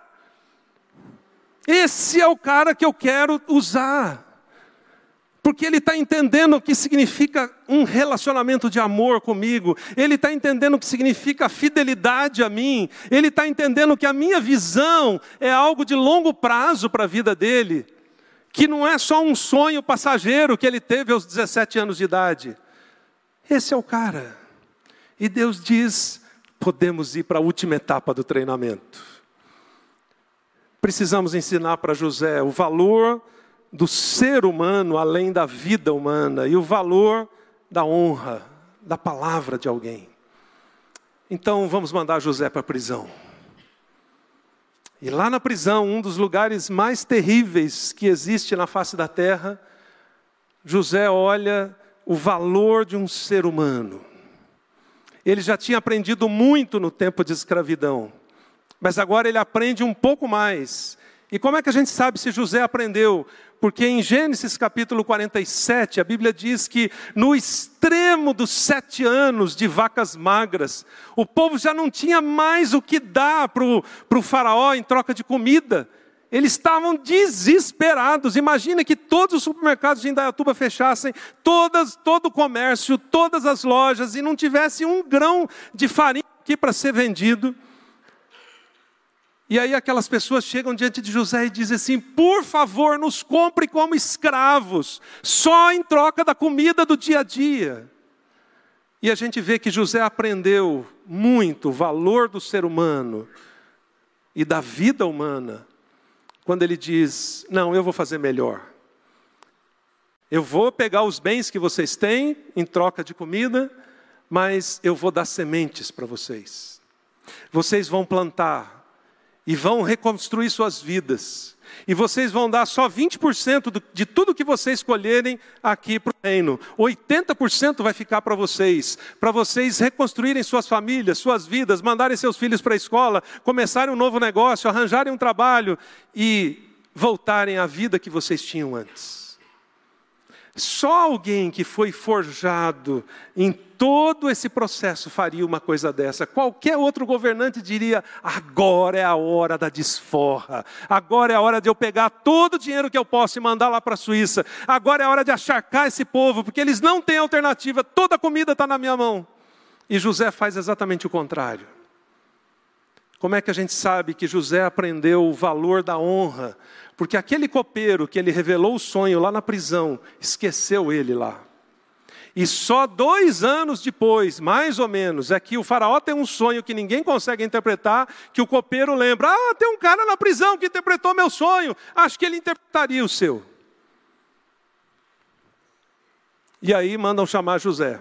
Esse é o cara que eu quero usar. Porque ele está entendendo o que significa um relacionamento de amor comigo. Ele está entendendo o que significa fidelidade a mim. Ele está entendendo que a minha visão é algo de longo prazo para a vida dele. Que não é só um sonho passageiro que ele teve aos dezessete anos de idade. Esse é o cara. E Deus diz, podemos ir para a última etapa do treinamento. Precisamos ensinar para José o valor do ser humano além da vida humana e o valor da honra, da palavra de alguém. Então vamos mandar José para a prisão. E lá na prisão, um dos lugares mais terríveis que existe na face da terra, José olha o valor de um ser humano. Ele já tinha aprendido muito no tempo de escravidão, mas agora ele aprende um pouco mais. E como é que a gente sabe se José aprendeu? Porque em Gênesis capítulo quarenta e sete, a Bíblia diz que no extremo dos sete anos de vacas magras, o povo já não tinha mais o que dar para o faraó em troca de comida. Eles estavam desesperados. Imagina que todos os supermercados de Indaiatuba fechassem, todas, todo o comércio, todas as lojas, e não tivesse um grão de farinha aqui para ser vendido. E aí aquelas pessoas chegam diante de José e dizem assim, por favor, nos compre como escravos, só em troca da comida do dia a dia. E a gente vê que José aprendeu muito o valor do ser humano e da vida humana, quando ele diz, não, eu vou fazer melhor. Eu vou pegar os bens que vocês têm em troca de comida, mas eu vou dar sementes para vocês. Vocês vão plantar e vão reconstruir suas vidas. E vocês vão dar só vinte por cento do, de tudo que vocês colherem aqui para o reino. oitenta por cento vai ficar para vocês. Para vocês reconstruírem suas famílias, suas vidas, mandarem seus filhos para a escola, começarem um novo negócio, arranjarem um trabalho e voltarem à vida que vocês tinham antes. Só alguém que foi forjado em todo esse processo faria uma coisa dessa. Qualquer outro governante diria, agora é a hora da desforra. Agora é a hora de eu pegar todo o dinheiro que eu posso e mandar lá para a Suíça. Agora é a hora de acharcar esse povo, porque eles não têm alternativa. Toda a comida está na minha mão. E José faz exatamente o contrário. Como é que a gente sabe que José aprendeu o valor da honra? Porque aquele copeiro que ele revelou o sonho lá na prisão, esqueceu ele lá. E só dois anos depois, mais ou menos, é que o faraó tem um sonho que ninguém consegue interpretar, que o copeiro lembra, ah, tem um cara na prisão que interpretou meu sonho, acho que ele interpretaria o seu. E aí mandam chamar José.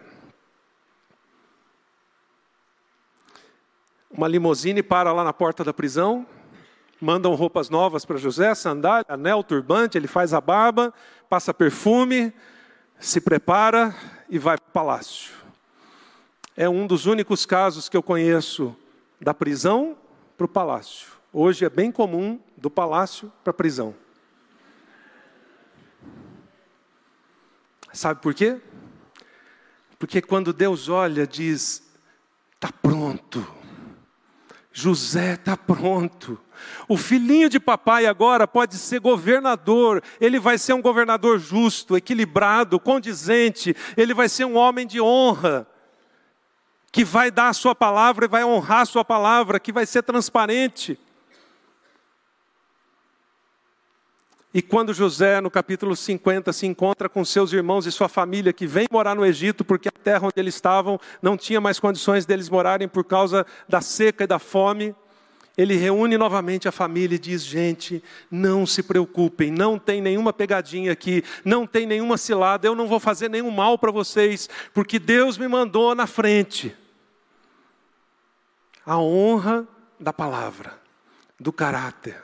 Uma limusine para lá na porta da prisão, mandam roupas novas para José, sandália, anel, turbante, ele faz a barba, passa perfume, se prepara e vai para o palácio. É um dos únicos casos que eu conheço da prisão para o palácio. Hoje é bem comum do palácio para a prisão. Sabe por quê? Porque quando Deus olha, diz, está pronto. José está pronto. O filhinho de papai agora pode ser governador. Ele vai ser um governador justo, equilibrado, condizente. Ele vai ser um homem de honra, que vai dar a sua palavra e vai honrar a sua palavra, que vai ser transparente. E quando José, no capítulo cinquenta, se encontra com seus irmãos e sua família, que vem morar no Egito, porque a terra onde eles estavam não tinha mais condições deles morarem por causa da seca e da fome, ele reúne novamente a família e diz, gente, não se preocupem, não tem nenhuma pegadinha aqui, não tem nenhuma cilada, eu não vou fazer nenhum mal para vocês, porque Deus me mandou na frente. A honra da palavra, do caráter.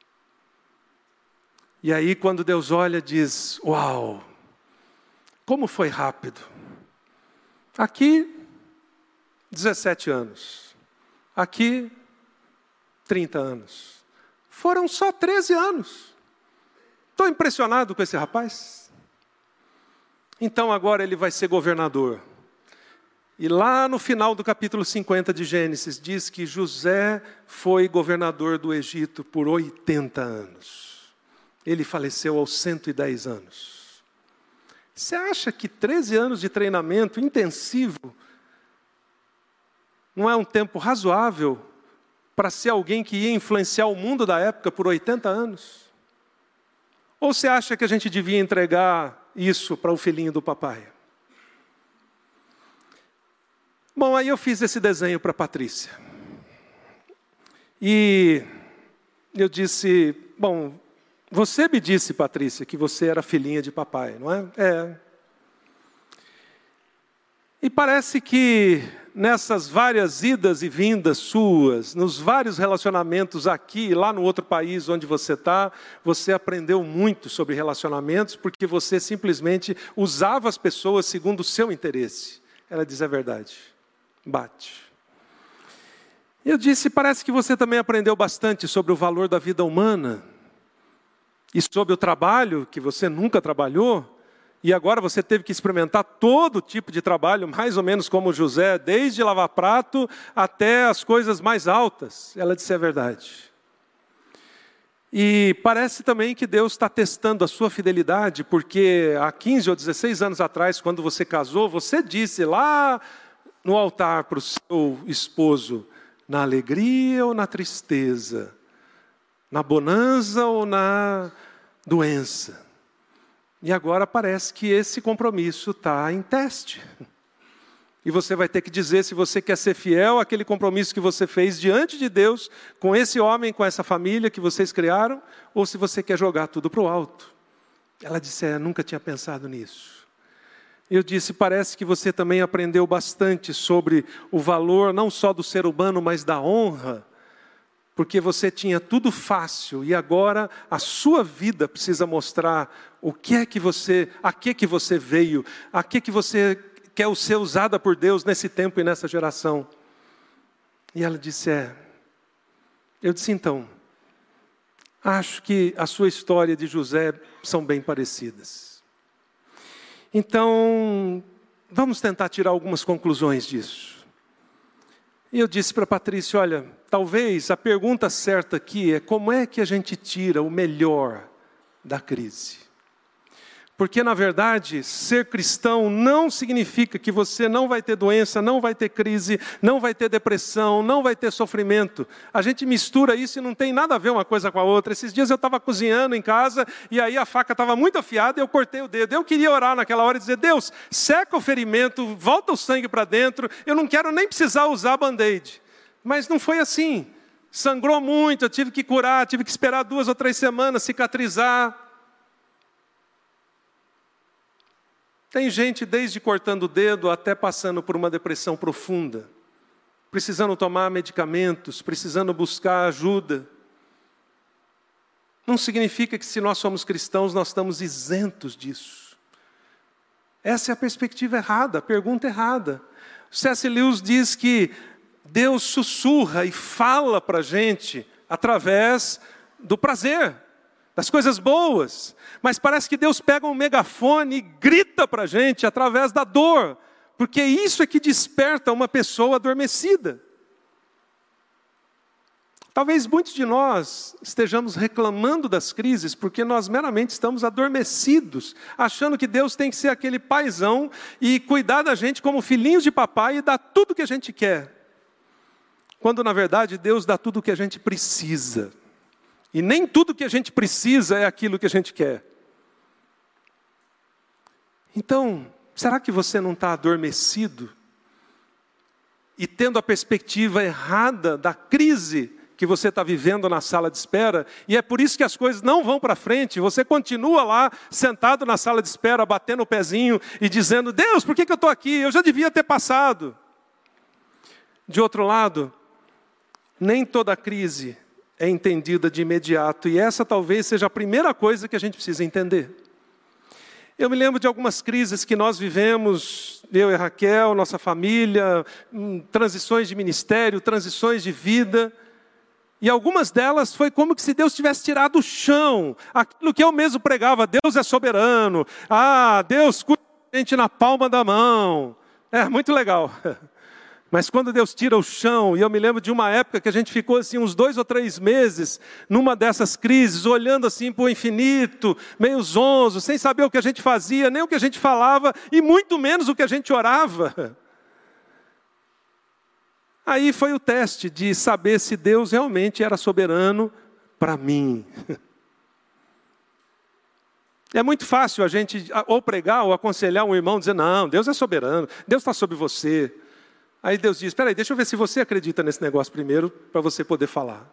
E aí quando Deus olha, diz, uau, como foi rápido. Aqui, dezessete anos. Aqui, trinta anos. Foram só treze anos. Estou impressionado com esse rapaz. Então agora ele vai ser governador. E lá no final do capítulo cinquenta de Gênesis, diz que José foi governador do Egito por oitenta anos. Ele faleceu aos cento e dez anos. Você acha que treze anos de treinamento intensivo não é um tempo razoável para ser alguém que ia influenciar o mundo da época por oitenta anos? Ou você acha que a gente devia entregar isso para o filhinho do papai? Bom, aí eu fiz esse desenho para a Patrícia. E eu disse, bom, você me disse, Patrícia, que você era filhinha de papai, não é? É. E parece que nessas várias idas e vindas suas, nos vários relacionamentos aqui e lá no outro país onde você está, você aprendeu muito sobre relacionamentos, porque você simplesmente usava as pessoas segundo o seu interesse. Ela diz, é verdade. Bate. Eu disse, parece que você também aprendeu bastante sobre o valor da vida humana, e sobre o trabalho, que você nunca trabalhou, e agora você teve que experimentar todo tipo de trabalho, mais ou menos como José, desde lavar prato até as coisas mais altas. Ela disse, é verdade. E parece também que Deus está testando a sua fidelidade, porque há quinze ou dezesseis anos atrás, quando você casou, você disse lá no altar para o seu esposo, na alegria ou na tristeza, na bonança ou na doença. E agora parece que esse compromisso está em teste. E você vai ter que dizer se você quer ser fiel àquele compromisso que você fez diante de Deus, com esse homem, com essa família que vocês criaram, ou se você quer jogar tudo para o alto. Ela disse, é, nunca tinha pensado nisso. Eu disse, parece que você também aprendeu bastante sobre o valor não só do ser humano, mas da honra, porque você tinha tudo fácil e agora a sua vida precisa mostrar o que é que você, a que que você veio, a que que você quer ser usada por Deus nesse tempo e nessa geração. E ela disse, é. Eu disse, então, acho que a sua história de José são bem parecidas. Então, vamos tentar tirar algumas conclusões disso. E eu disse para a Patrícia, olha, talvez a pergunta certa aqui é como é que a gente tira o melhor da crise? Porque, na verdade, ser cristão não significa que você não vai ter doença, não vai ter crise, não vai ter depressão, não vai ter sofrimento. A gente mistura isso e não tem nada a ver uma coisa com a outra. Esses dias eu estava cozinhando em casa e aí a faca estava muito afiada e eu cortei o dedo. Eu queria orar naquela hora e dizer, Deus, seca o ferimento, volta o sangue para dentro, eu não quero nem precisar usar band-aid. Mas não foi assim. Sangrou muito, eu tive que curar, tive que esperar duas ou três semanas, cicatrizar. Tem gente desde cortando o dedo até passando por uma depressão profunda, precisando tomar medicamentos, precisando buscar ajuda. não significa que se nós somos cristãos, nós estamos isentos disso. Essa é a perspectiva errada, a pergunta errada. C S Lewis diz que Deus sussurra e fala para a gente através do prazer, das coisas boas. Mas parece que Deus pega um megafone e grita para a gente através da dor, porque isso é que desperta uma pessoa adormecida. Talvez muitos de nós estejamos reclamando das crises porque nós meramente estamos adormecidos, achando que Deus tem que ser aquele paizão e cuidar da gente como filhinhos de papai e dar tudo o que a gente quer. Quando na verdade Deus dá tudo o que a gente precisa. E nem tudo o que a gente precisa é aquilo que a gente quer. Então, será que você não está adormecido? E tendo a perspectiva errada da crise que você está vivendo na sala de espera, e é por isso que as coisas não vão para frente, você continua lá, sentado na sala de espera, batendo o pezinho e dizendo, Deus, por que que eu estou aqui? Eu já devia ter passado. De outro lado, nem toda crise é entendida de imediato, e essa talvez seja a primeira coisa que a gente precisa entender. Eu me lembro de algumas crises que nós vivemos, eu e a Raquel, nossa família, transições de ministério, transições de vida, e algumas delas foi como que se Deus tivesse tirado do chão, aquilo que eu mesmo pregava, Deus é soberano, ah, Deus cuida da gente na palma da mão, é muito legal. Mas quando Deus tira o chão, e eu me lembro de uma época que a gente ficou assim uns dois ou três meses, numa dessas crises, olhando assim para o infinito, meio zonzo, sem saber o que a gente fazia, nem o que a gente falava, e muito menos o que a gente orava. Aí foi o teste de saber se Deus realmente era soberano para mim. É muito fácil a gente ou pregar ou aconselhar um irmão, dizer, não, Deus é soberano, Deus está sobre você. Aí Deus diz, espera aí, deixa eu ver se você acredita nesse negócio primeiro, para você poder falar.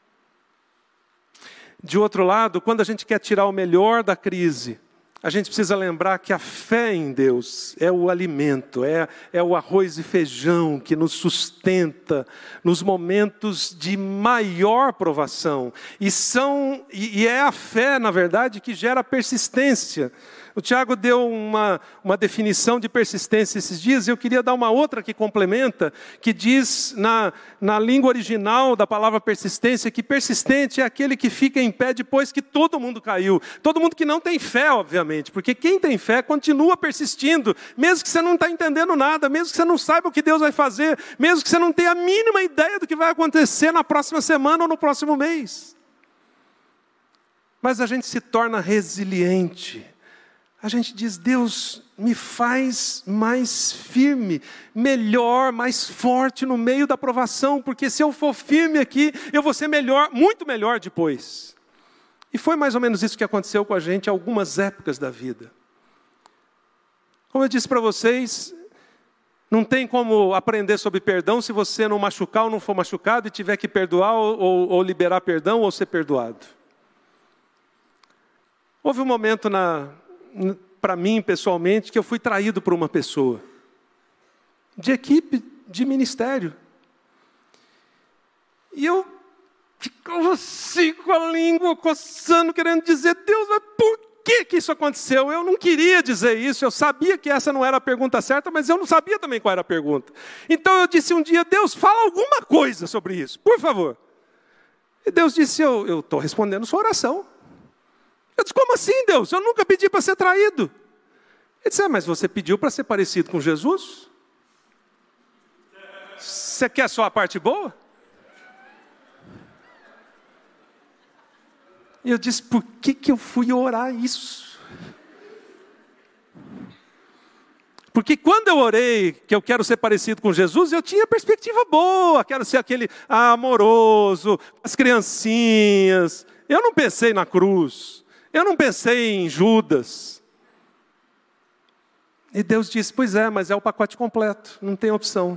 De outro lado, quando a gente quer tirar o melhor da crise, a gente precisa lembrar que a fé em Deus é o alimento, é, é o arroz e feijão que nos sustenta nos momentos de maior provação. E, são, e, e é a fé, na verdade, que gera persistência. O Tiago deu uma, uma definição de persistência esses dias, e eu queria dar uma outra que complementa, que diz na, na língua original da palavra persistência, que persistente é aquele que fica em pé depois que todo mundo caiu. Todo mundo que não tem fé, obviamente, porque quem tem fé continua persistindo, mesmo que você não está entendendo nada, mesmo que você não saiba o que Deus vai fazer, mesmo que você não tenha a mínima ideia do que vai acontecer na próxima semana ou no próximo mês. Mas a gente se torna resiliente. A gente diz, Deus, me faz mais firme, melhor, mais forte no meio da provação, porque se eu for firme aqui, eu vou ser melhor, muito melhor depois. E foi mais ou menos isso que aconteceu com a gente em algumas épocas da vida. Como eu disse para vocês, não tem como aprender sobre perdão se você não machucar ou não for machucado e tiver que perdoar ou, ou, ou liberar perdão ou ser perdoado. Houve um momento na... para mim, pessoalmente, que eu fui traído por uma pessoa, de equipe, de ministério. E eu ficava assim com a língua coçando, querendo dizer, Deus, mas por que que isso aconteceu? Eu não queria dizer isso, eu sabia que essa não era a pergunta certa, mas eu não sabia também qual era a pergunta. Então eu disse um dia, Deus, fala alguma coisa sobre isso, por favor. E Deus disse, eu estou respondendo sua oração. Eu disse, como assim, Deus? Eu nunca pedi para ser traído. Ele disse, ah, mas você pediu para ser parecido com Jesus? Você quer só a parte boa? E eu disse, por que que eu fui orar isso? Porque quando eu orei que eu quero ser parecido com Jesus, eu tinha perspectiva boa, quero ser aquele amoroso, as criancinhas. Eu não pensei na cruz. Eu não pensei em Judas. E Deus disse, pois é, mas é o pacote completo, não tem opção.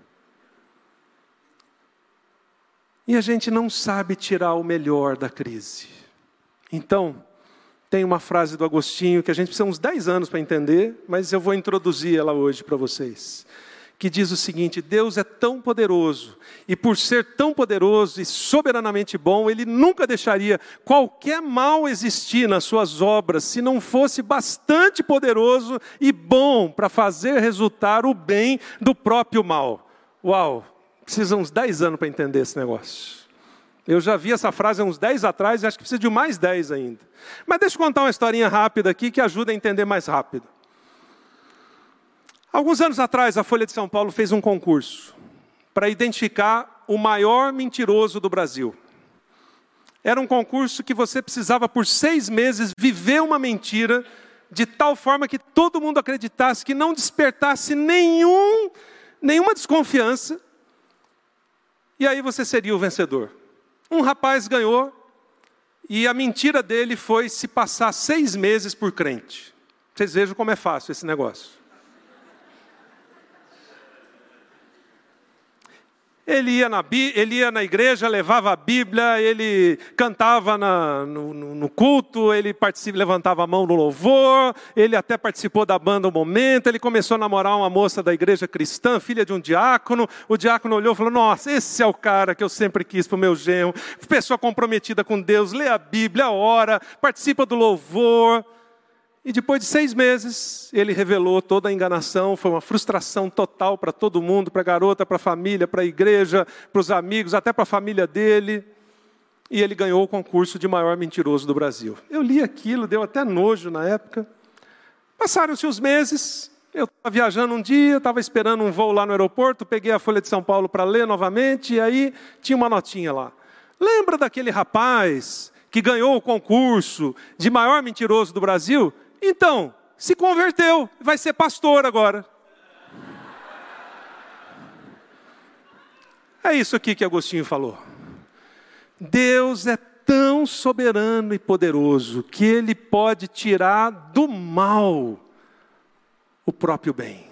E a gente não sabe tirar o melhor da crise. Então, tem uma frase do Agostinho que a gente precisa uns dez anos para entender, mas eu vou introduzir ela hoje para vocês. que diz o seguinte: Deus é tão poderoso, e por ser tão poderoso e soberanamente bom, Ele nunca deixaria qualquer mal existir nas suas obras, se não fosse bastante poderoso e bom para fazer resultar o bem do próprio mal. Uau, precisa uns dez anos para entender esse negócio. Eu já vi essa frase há uns dez atrás e acho que precisa de mais dez ainda. Mas deixa eu contar uma historinha rápida aqui que ajuda a entender mais rápido. Alguns anos atrás, a Folha de São Paulo fez um concurso para identificar o maior mentiroso do Brasil. Era um concurso que você precisava, por seis meses, viver uma mentira de tal forma que todo mundo acreditasse, que não despertasse nenhum, nenhuma desconfiança, e aí você seria o vencedor. Um rapaz ganhou, e a mentira dele foi se passar seis meses por crente. Vocês vejam como é fácil esse negócio. Ele ia, na, ele ia na igreja, levava a Bíblia, ele cantava na, no, no culto, ele levantava a mão no louvor, ele até participou da banda um momento, ele começou a namorar uma moça da igreja cristã, filha de um diácono. O diácono olhou e falou: nossa, esse é o cara que eu sempre quis para o meu genro. Pessoa comprometida com Deus, lê a Bíblia, ora, participa do louvor. E depois de seis meses, ele revelou toda a enganação. Foi uma frustração total para todo mundo, para a garota, para a família, para a igreja, para os amigos, até para a família dele. E ele ganhou o concurso de maior mentiroso do Brasil. Eu li aquilo, deu até nojo na época. Passaram-se os meses, eu estava viajando um dia, estava esperando um voo lá no aeroporto, peguei a Folha de São Paulo para ler novamente, e aí tinha uma notinha lá. Lembra daquele rapaz que ganhou o concurso de maior mentiroso do Brasil? Então, se converteu, vai ser pastor agora. É isso aqui que Agostinho falou. Deus é tão soberano e poderoso que Ele pode tirar do mal o próprio bem.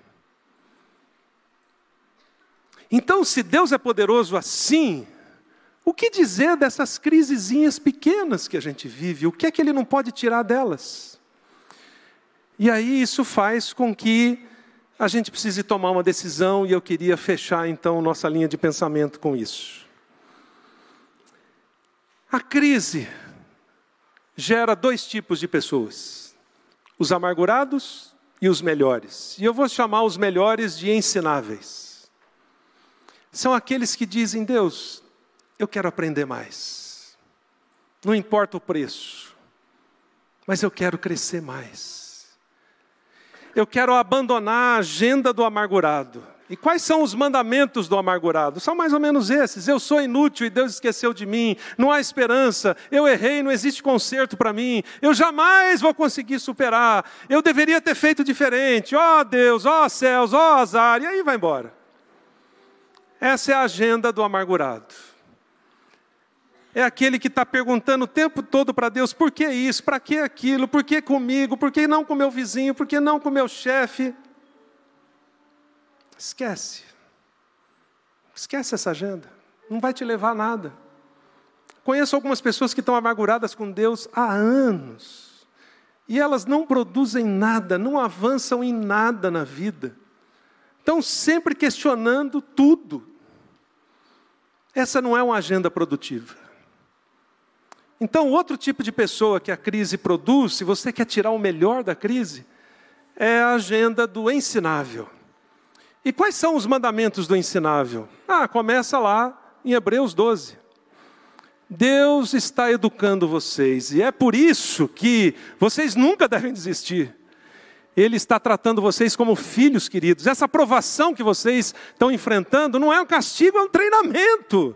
Então, se Deus é poderoso assim, o que dizer dessas crisezinhas pequenas que a gente vive? O que é que Ele não pode tirar delas? E aí isso faz com que a gente precise tomar uma decisão, e eu queria fechar então nossa linha de pensamento com isso. A crise gera dois tipos de pessoas: os amargurados e os melhores. E eu vou chamar os melhores de ensináveis. São aqueles que dizem: Deus, eu quero aprender mais. Não importa o preço, mas eu quero crescer mais. Eu quero abandonar a agenda do amargurado. E quais são os mandamentos do amargurado? São mais ou menos esses: eu sou inútil e Deus esqueceu de mim, não há esperança, eu errei, não existe conserto para mim, eu jamais vou conseguir superar, eu deveria ter feito diferente, ó Deus, ó céus, ó azar, e aí vai embora. Essa é a agenda do amargurado. É aquele que está perguntando o tempo todo para Deus: por que isso, para que aquilo, por que comigo, por que não com meu vizinho, por que não com meu chefe? Esquece. Esquece essa agenda. Não vai te levar a nada. Conheço algumas pessoas que estão amarguradas com Deus há anos. E elas não produzem nada, não avançam em nada na vida. Estão sempre questionando tudo. Essa não é uma agenda produtiva. Então, outro tipo de pessoa que a crise produz, se você quer tirar o melhor da crise, é a agenda do ensinável. E quais são os mandamentos do ensinável? Ah, começa lá em Hebreus doze. Deus está educando vocês, e é por isso que vocês nunca devem desistir. Ele está tratando vocês como filhos queridos. Essa provação que vocês estão enfrentando não é um castigo, é um treinamento.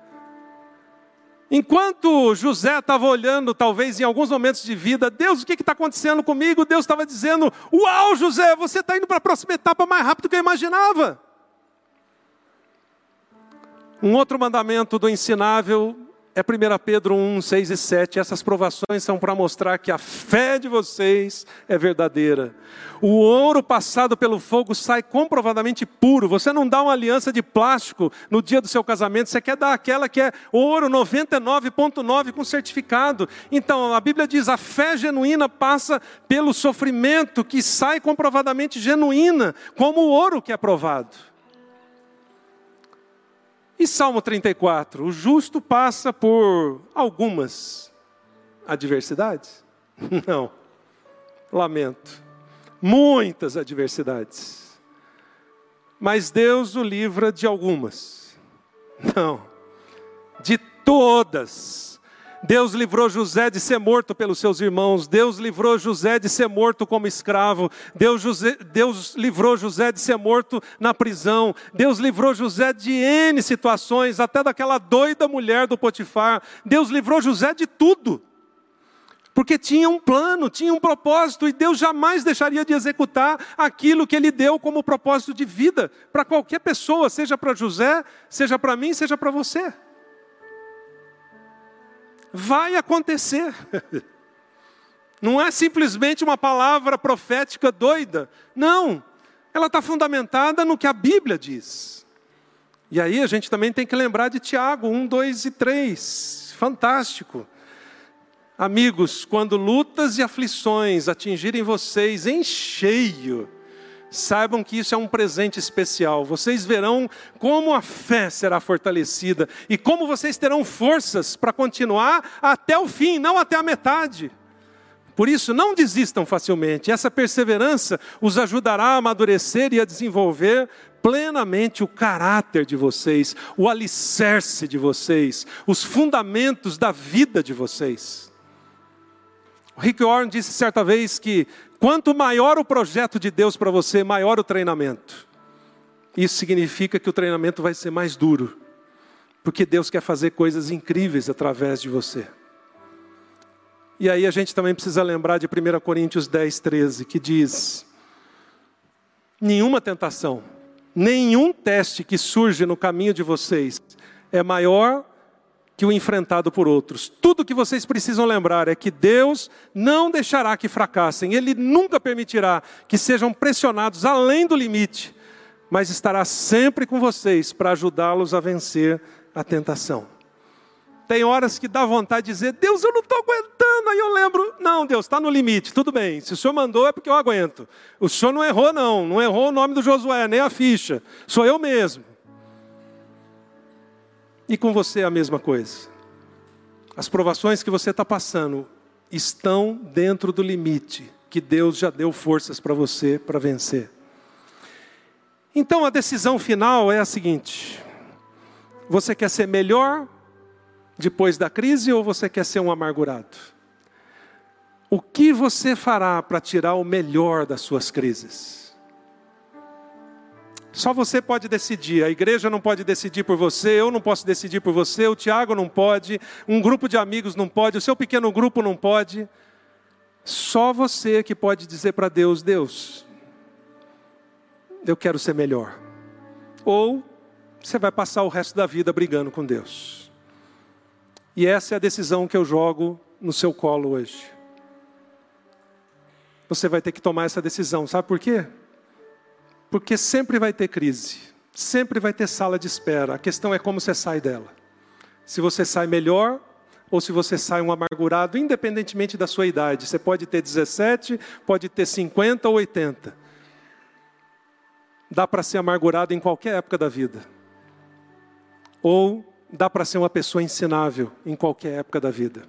Enquanto José estava olhando, talvez em alguns momentos de vida: Deus, o que está acontecendo comigo? Deus estava dizendo: uau, José, você está indo para a próxima etapa mais rápido do que eu imaginava. Um outro mandamento do ensinável é primeira Pedro um, seis e sete. Essas provações são para mostrar que a fé de vocês é verdadeira. O ouro passado pelo fogo sai comprovadamente puro. Você não dá uma aliança de plástico no dia do seu casamento. Você quer dar aquela que é ouro noventa e nove ponto nove com certificado. Então a Bíblia diz, a fé genuína passa pelo sofrimento que sai comprovadamente genuína, como o ouro que é provado. E Salmo trinta e quatro, o justo passa por algumas adversidades? Não, lamento, muitas adversidades. Mas Deus o livra de algumas? Não, de todas. Deus livrou José de ser morto pelos seus irmãos. Deus livrou José de ser morto como escravo. Deus, José, Deus livrou José de ser morto na prisão. Deus livrou José de N situações, até daquela doida mulher do Potifar. Deus livrou José de tudo. Porque tinha um plano, tinha um propósito, e Deus jamais deixaria de executar aquilo que Ele deu como propósito de vida para qualquer pessoa, seja para José, seja para mim, seja para você. Vai acontecer. Não é simplesmente uma palavra profética doida. Não, ela está fundamentada no que a Bíblia diz. E aí a gente também tem que lembrar de Tiago um, dois e três. Fantástico. Amigos, quando lutas e aflições atingirem vocês em cheio, saibam que isso é um presente especial. Vocês verão como a fé será fortalecida e como vocês terão forças para continuar até o fim, não até a metade. Por isso, não desistam facilmente. Essa perseverança os ajudará a amadurecer e a desenvolver plenamente o caráter de vocês, o alicerce de vocês, os fundamentos da vida de vocês. O Rick Warren disse certa vez que quanto maior o projeto de Deus para você, maior o treinamento. Isso significa que o treinamento vai ser mais duro, porque Deus quer fazer coisas incríveis através de você. E aí a gente também precisa lembrar de primeira Coríntios dez, treze, que diz: nenhuma tentação, nenhum teste que surge no caminho de vocês é maior que o enfrentado por outros. Tudo que vocês precisam lembrar é que Deus não deixará que fracassem. Ele nunca permitirá que sejam pressionados além do limite, mas estará sempre com vocês para ajudá-los a vencer a tentação. Tem horas que dá vontade de dizer: Deus, eu não estou aguentando. Aí eu lembro: não, Deus, está no limite, tudo bem. Se o Senhor mandou é porque eu aguento. O Senhor não errou não, não errou o nome do Josué, nem a ficha. Sou eu mesmo. E com você é a mesma coisa. As provações que você está passando estão dentro do limite que Deus já deu forças para você para vencer. Então a decisão final é a seguinte: você quer ser melhor depois da crise ou você quer ser um amargurado? O que você fará para tirar o melhor das suas crises? Só você pode decidir. A igreja não pode decidir por você, eu não posso decidir por você, o Tiago não pode, um grupo de amigos não pode, o seu pequeno grupo não pode. Só você que pode dizer para Deus: Deus, eu quero ser melhor. Ou você vai passar o resto da vida brigando com Deus. E essa é a decisão que eu jogo no seu colo hoje. Você vai ter que tomar essa decisão, sabe por quê? Porque sempre vai ter crise, sempre vai ter sala de espera. A questão é como você sai dela. Se você sai melhor ou se você sai um amargurado, independentemente da sua idade. Você pode ter dezessete, pode ter cinquenta ou oitenta. Dá para ser amargurado em qualquer época da vida. Ou dá para ser uma pessoa ensinável em qualquer época da vida.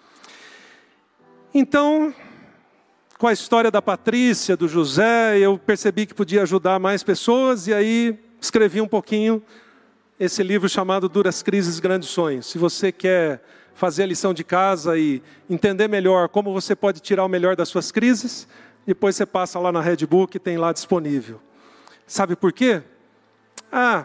Então, com a história da Patrícia, do José, eu percebi que podia ajudar mais pessoas, e aí escrevi um pouquinho esse livro chamado Duras Crises, Grandes Sonhos. Se você quer fazer a lição de casa e entender melhor como você pode tirar o melhor das suas crises, depois você passa lá na Redbook, tem lá disponível. Sabe por quê? Ah,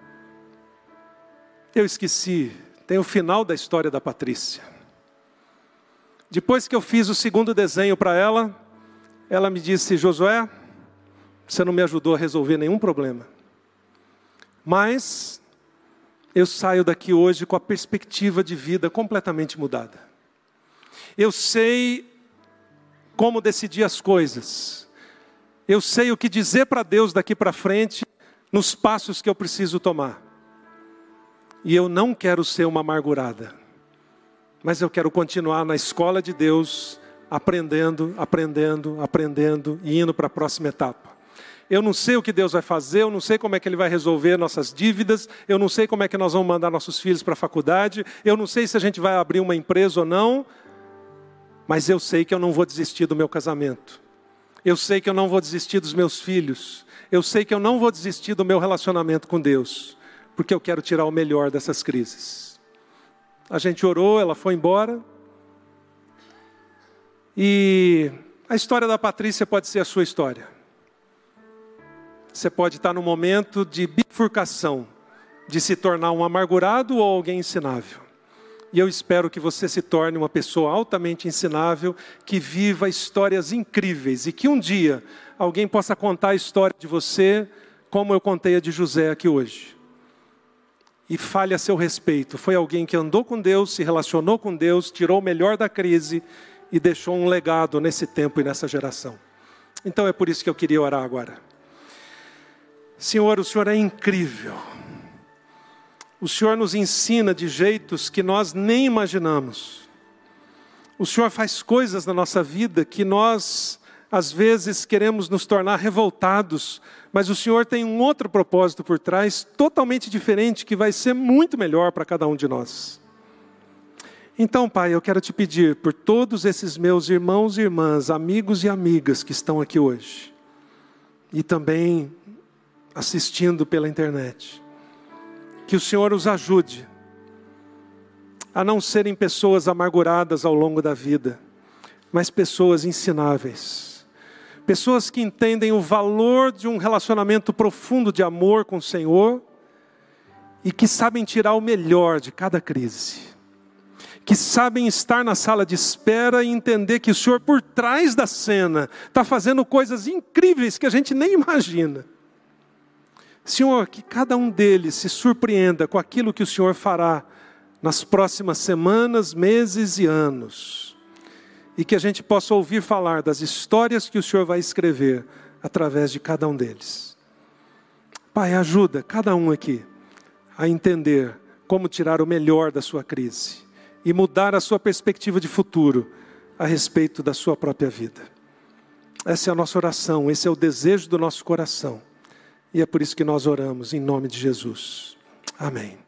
eu esqueci, tem o final da história da Patrícia. Depois que eu fiz o segundo desenho para ela, ela me disse: Josué, você não me ajudou a resolver nenhum problema. Mas eu saio daqui hoje com a perspectiva de vida completamente mudada. Eu sei como decidir as coisas. Eu sei o que dizer para Deus daqui para frente, nos passos que eu preciso tomar. E eu não quero ser uma amargurada, mas eu quero continuar na escola de Deus, aprendendo, aprendendo, aprendendo e indo para a próxima etapa. Eu não sei o que Deus vai fazer, eu não sei como é que Ele vai resolver nossas dívidas, eu não sei como é que nós vamos mandar nossos filhos para a faculdade, eu não sei se a gente vai abrir uma empresa ou não, mas eu sei que eu não vou desistir do meu casamento. Eu sei que eu não vou desistir dos meus filhos. Eu sei que eu não vou desistir do meu relacionamento com Deus, porque eu quero tirar o melhor dessas crises. A gente orou, ela foi embora. E a história da Patrícia pode ser a sua história. Você pode estar num momento de bifurcação, de se tornar um amargurado ou alguém ensinável. E eu espero que você se torne uma pessoa altamente ensinável, que viva histórias incríveis e que um dia alguém possa contar a história de você, como eu contei a de José aqui hoje. E fale a seu respeito. Foi alguém que andou com Deus, se relacionou com Deus, tirou o melhor da crise e deixou um legado nesse tempo e nessa geração. Então é por isso que eu queria orar agora. Senhor, o Senhor é incrível. O Senhor nos ensina de jeitos que nós nem imaginamos. O Senhor faz coisas na nossa vida que nós, às vezes, queremos nos tornar revoltados, mas o Senhor tem um outro propósito por trás, totalmente diferente, que vai ser muito melhor para cada um de nós. Então, Pai, eu quero te pedir por todos esses meus irmãos e irmãs, amigos e amigas que estão aqui hoje, e também assistindo pela internet, que o Senhor os ajude a não serem pessoas amarguradas ao longo da vida, mas pessoas ensináveis. Pessoas que entendem o valor de um relacionamento profundo de amor com o Senhor e que sabem tirar o melhor de cada crise. Que sabem estar na sala de espera e entender que o Senhor, por trás da cena, está fazendo coisas incríveis que a gente nem imagina. Senhor, que cada um deles se surpreenda com aquilo que o Senhor fará nas próximas semanas, meses e anos. E que a gente possa ouvir falar das histórias que o Senhor vai escrever através de cada um deles. Pai, ajuda cada um aqui a entender como tirar o melhor da sua crise e mudar a sua perspectiva de futuro a respeito da sua própria vida. Essa é a nossa oração, esse é o desejo do nosso coração. E é por isso que nós oramos em nome de Jesus. Amém.